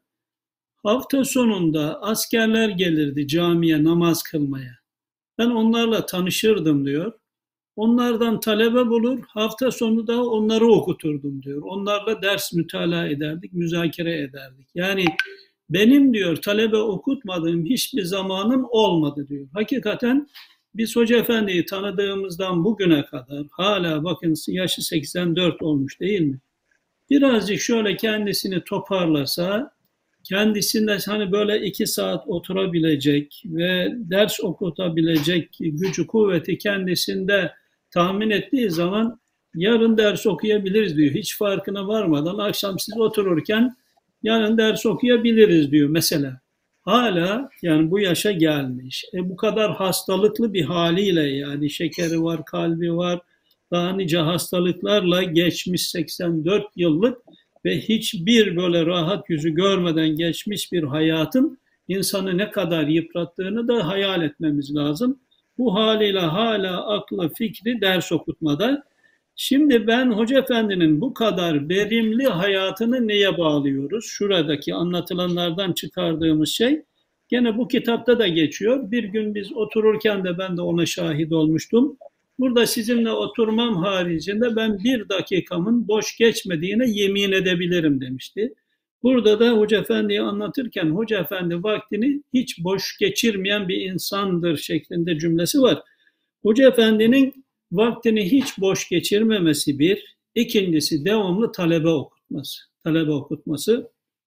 hafta sonunda askerler gelirdi camiye namaz kılmaya. Ben onlarla tanışırdım diyor. Onlardan talebe bulur, hafta sonu da onları okuturdum diyor. Onlarla ders mütalaa ederdik, müzakere ederdik. Yani benim diyor talebe okutmadığım hiçbir zamanım olmadı diyor. Hakikaten biz Hoca Efendi'yi tanıdığımızdan bugüne kadar hala bakın yaşı seksen dört olmuş değil mi? Birazcık şöyle kendisini toparlasa, kendisinde hani böyle iki saat oturabilecek ve ders okutabilecek gücü, kuvveti kendisinde tahmin ettiği zaman yarın ders okuyabiliriz diyor. Hiç farkına varmadan akşam siz otururken yarın ders okuyabiliriz diyor mesela. Hala yani bu yaşa gelmiş. E bu kadar hastalıklı bir haliyle yani şekeri var, kalbi var, daha nice hastalıklarla geçmiş seksen dört yıllık ve hiçbir böyle rahat yüzü görmeden geçmiş bir hayatın insanı ne kadar yıprattığını da hayal etmemiz lazım. Bu haliyle hala aklı fikri ders okutmada. Şimdi ben Hoca Efendi'nin bu kadar verimli hayatını neye bağlıyoruz? Şuradaki anlatılanlardan çıkardığımız şey gene bu kitapta da geçiyor. Bir gün biz otururken de ben de ona şahit olmuştum. Burada sizinle oturmam haricinde ben bir dakikamın boş geçmediğine yemin edebilirim demişti. Burada da Hoca Efendi'yi anlatırken Hoca Efendi vaktini hiç boş geçirmeyen bir insandır şeklinde cümlesi var. Hoca Efendi'nin vaktini hiç boş geçirmemesi bir, ikincisi devamlı talebe okutması. Talebe okutması.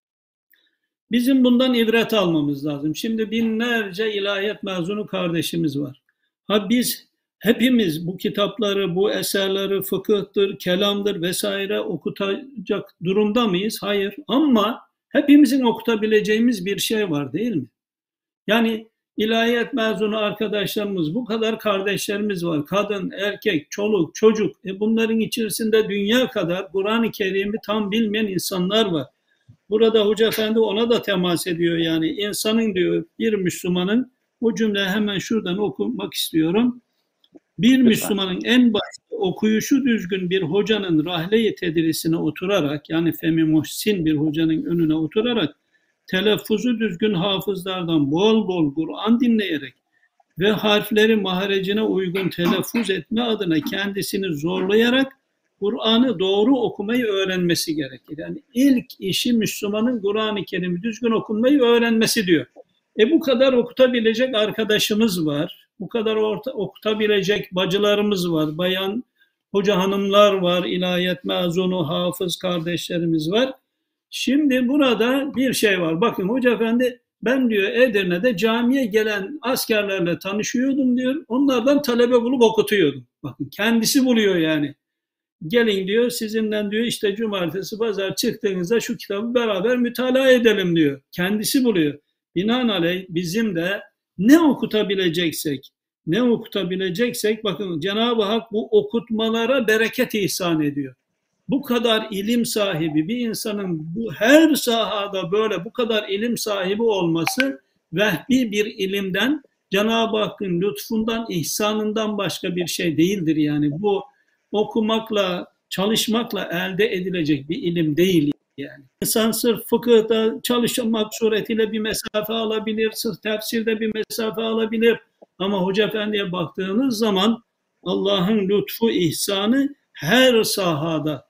Bizim bundan ibret almamız lazım. Şimdi binlerce ilahiyat mezunu kardeşimiz var. Ha biz hepimiz bu kitapları, bu eserleri, fıkıhtır, kelamdır vesaire okutacak durumda mıyız? Hayır. Ama hepimizin okutabileceğimiz bir şey var değil mi? Yani ilahiyat mezunu arkadaşlarımız, bu kadar kardeşlerimiz var. Kadın, erkek, çoluk, çocuk. E bunların içerisinde dünya kadar Kur'an-ı Kerim'i tam bilmeyen insanlar var. Burada Hoca Efendi ona da temas ediyor yani. İnsanın diyor bir Müslümanın, o cümleyi hemen şuradan okumak istiyorum. Bir Lütfen. Müslümanın en başta okuyuşu düzgün bir hocanın rahle-i tedrisine oturarak, yani Femi Muhsin bir hocanın önüne oturarak, telaffuzu düzgün hafızlardan bol bol Kur'an dinleyerek ve harfleri maharecine uygun telaffuz etme adına kendisini zorlayarak Kur'an'ı doğru okumayı öğrenmesi gerekir. Yani ilk işi Müslümanın Kur'an-ı Kerim'i düzgün okunmayı öğrenmesi diyor. E bu kadar okutabilecek arkadaşımız var. Bu kadar orta, okutabilecek bacılarımız var. Bayan hoca hanımlar var. İlahiyat mezunu, hafız kardeşlerimiz var. Şimdi burada bir şey var. Bakın Hoca Efendi ben diyor Edirne'de camiye gelen askerlerle tanışıyordum diyor. Onlardan talebe bulup okutuyordum. Bakın kendisi buluyor yani. Gelin diyor sizinle diyor işte cumartesi pazar çıktığınızda şu kitabı beraber mütalaa edelim diyor. Kendisi buluyor. Binaenaleyh bizim de ne okutabileceksek, ne okutabileceksek bakın Cenab-ı Hak bu okutmalara bereket ihsan ediyor. Bu kadar ilim sahibi bir insanın bu her sahada böyle bu kadar ilim sahibi olması vehbi bir ilimden Cenab-ı Hakk'ın lütfundan, ihsanından başka bir şey değildir yani. Bu okumakla, çalışmakla elde edilecek bir ilim değil yani. İnsan sırf fıkıhta çalışmak suretiyle bir mesafe alabilir, sırf tefsirde bir mesafe alabilir. Ama Hoca Efendi'ye baktığınız zaman Allah'ın lütfu, ihsanı her sahada.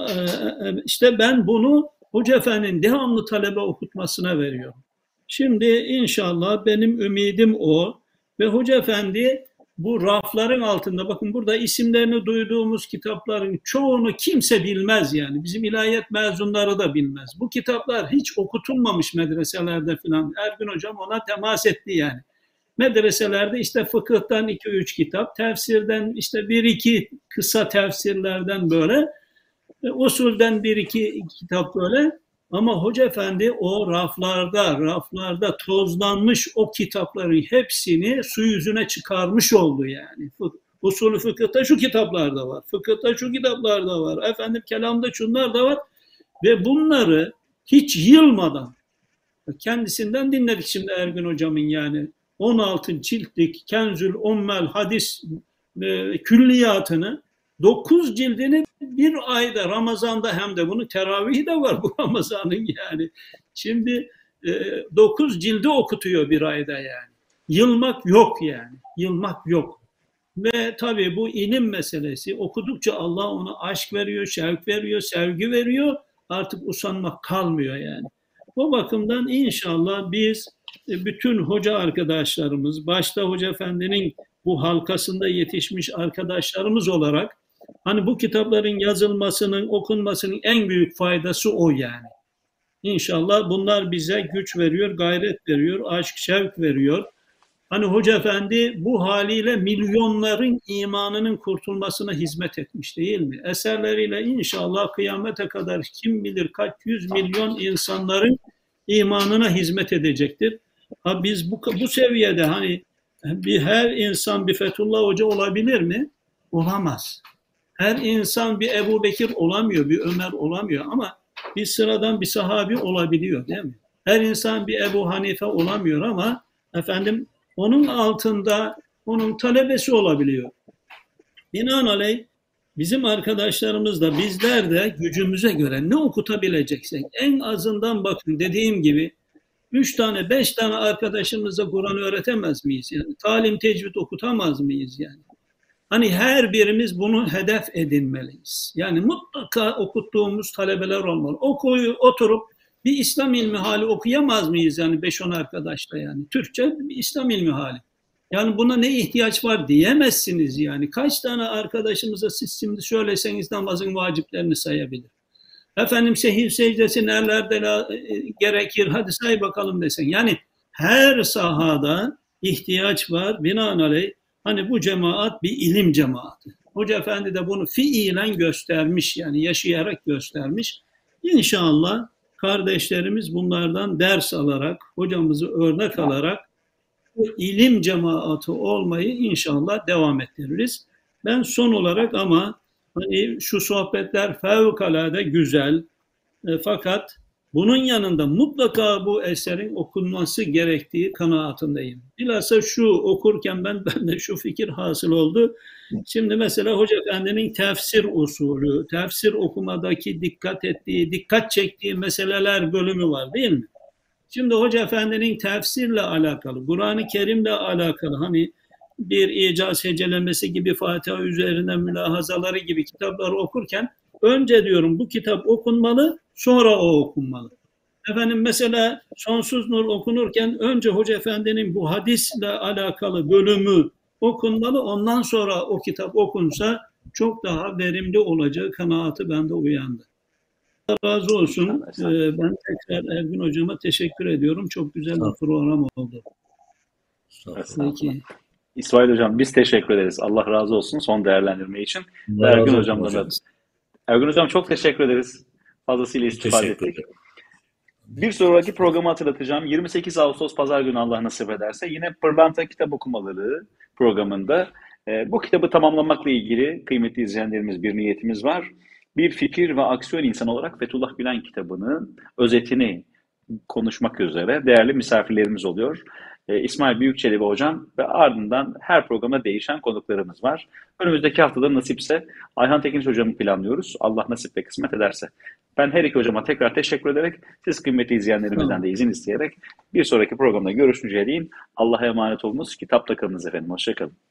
İşte ben bunu Hoca Efendi'nin devamlı talebe okutmasına veriyorum. Şimdi inşallah benim ümidim o ve Hoca Efendi bu rafların altında, bakın burada isimlerini duyduğumuz kitapların çoğunu kimse bilmez yani. Bizim ilahiyat mezunları da bilmez. Bu kitaplar hiç okutulmamış medreselerde falan. Ergün Hocam ona temas etti yani. Medreselerde işte fıkıhtan iki üç kitap, tefsirden işte bir iki kısa tefsirlerden böyle, usulden bir iki kitap böyle. Ama Hoca Efendi o raflarda, raflarda tozlanmış o kitapların hepsini su yüzüne çıkarmış oldu yani. Usulü fıkıhta şu kitaplarda var, fıkıhta şu kitaplarda var, efendim kelamda şunlar da var ve bunları hiç yılmadan kendisinden dinledik şimdi Ergün Hocam'ın yani on altı ciltlik Kenzül Ummel hadis e, külliyatını dokuz cildini bir ayda Ramazan'da, hem de bunun teravihi de var bu Ramazan'ın yani. Şimdi e, dokuz cildi okutuyor bir ayda yani. Yılmak yok yani. Yılmak yok. Ve tabii bu ilim meselesi, okudukça Allah ona aşk veriyor, şevk veriyor, sevgi veriyor. Artık usanmak kalmıyor yani. O bakımdan inşallah biz bütün hoca arkadaşlarımız, başta Hoca Efendi'nin bu halkasında yetişmiş arkadaşlarımız olarak, hani bu kitapların yazılmasının, okunmasının en büyük faydası o yani. İnşallah bunlar bize güç veriyor, gayret veriyor, aşk, şevk veriyor. Hani Hoca Efendi bu haliyle milyonların imanının kurtulmasına hizmet etmiş değil mi? Eserleriyle inşallah kıyamete kadar kim bilir kaç yüz milyon insanların imanına hizmet edecektir. Ha biz bu, bu seviyede hani bir her insan bir Fethullah Hoca olabilir mi? Olamaz. Her insan bir Ebu Bekir olamıyor, bir Ömer olamıyor ama bir sıradan bir sahabi olabiliyor değil mi? Her insan bir Ebu Hanife olamıyor ama efendim onun altında onun talebesi olabiliyor. Binaenaleyh bizim arkadaşlarımız da bizler de gücümüze göre ne okutabileceksek en azından bakın dediğim gibi üç tane beş tane arkadaşımıza Kur'an öğretemez miyiz? Yani talim tecvid okutamaz mıyız yani? Hani her birimiz bunu hedef edinmeliyiz. Yani mutlaka okuttuğumuz talebeler olmalı. Okuyu oturup bir İslam ilmi hali okuyamaz mıyız yani beş on arkadaşla yani? Türkçe bir İslam ilmi hali. Yani buna ne ihtiyaç var diyemezsiniz yani. Kaç tane arkadaşımıza siz şimdi söyleseniz namazın vaciplerini sayabilir. Efendim sehiv secdesi nerelerde gerekir hadi say bakalım desen. Yani her sahada ihtiyaç var. Binaenaleyh hani bu cemaat bir ilim cemaati. Hoca Efendi de bunu fiilen göstermiş yani yaşayarak göstermiş. İnşallah kardeşlerimiz bunlardan ders alarak, hocamızı örnek alarak bu ilim cemaati olmayı inşallah devam ettiririz. Ben son olarak ama hani şu sohbetler fevkalade güzel e, fakat bunun yanında mutlaka bu eserin okunması gerektiği kanaatindeyim. Bilhassa şu okurken ben bende şu fikir hasıl oldu. Şimdi mesela Hoca Efendi'nin tefsir usulü, tefsir okumadaki dikkat ettiği, dikkat çektiği meseleler bölümü var değil mi? Şimdi Hoca Efendi'nin tefsirle alakalı, Kur'an-ı Kerim'le alakalı hani bir icaz hecelemesi gibi Fatiha üzerine mülahazaları gibi kitapları okurken önce diyorum bu kitap okunmalı, sonra o okunmalı. Efendim mesela Sonsuz Nur okunurken önce Hoca Efendi'nin bu hadisle alakalı bölümü okunmalı, ondan sonra o kitap okunsa çok daha verimli olacağı kanaati bende uyandı. Allah razı olsun. Ee, ben tekrar Ergün Hocama teşekkür ediyorum. Çok güzel bir program oldu. Peki. İsmail Hocam biz teşekkür ederiz. Allah razı olsun son değerlendirme için. Allah Ergün razı Hocam'dan hocam. da. Ergün Hocam çok teşekkür ederiz. Fazlasıyla istifade Teşekkür ettik. ederim. Bir sonraki programı hatırlatacağım. yirmi sekiz Ağustos Pazar günü Allah nasip ederse yine Pırlanta Kitap Okumaları programında e, bu kitabı tamamlamakla ilgili kıymetli izleyenlerimiz bir niyetimiz var. Bir fikir ve aksiyon insanı olarak Fethullah Gülen kitabının özetini konuşmak üzere değerli misafirlerimiz oluyor. Ee, İsmail Büyükçelebi Hocam ve ardından her programda değişen konuklarımız var. Önümüzdeki haftada nasipse Ayhan Tekinç Hocam'ı planlıyoruz. Allah nasip ve kısmet ederse. Ben her iki hocama tekrar teşekkür ederek, siz kıymetli izleyenlerimizden de izin isteyerek bir sonraki programda görüşünceye değin Allah'a emanet olunuz. Kitapta kalınız efendim. Hoşça kalın.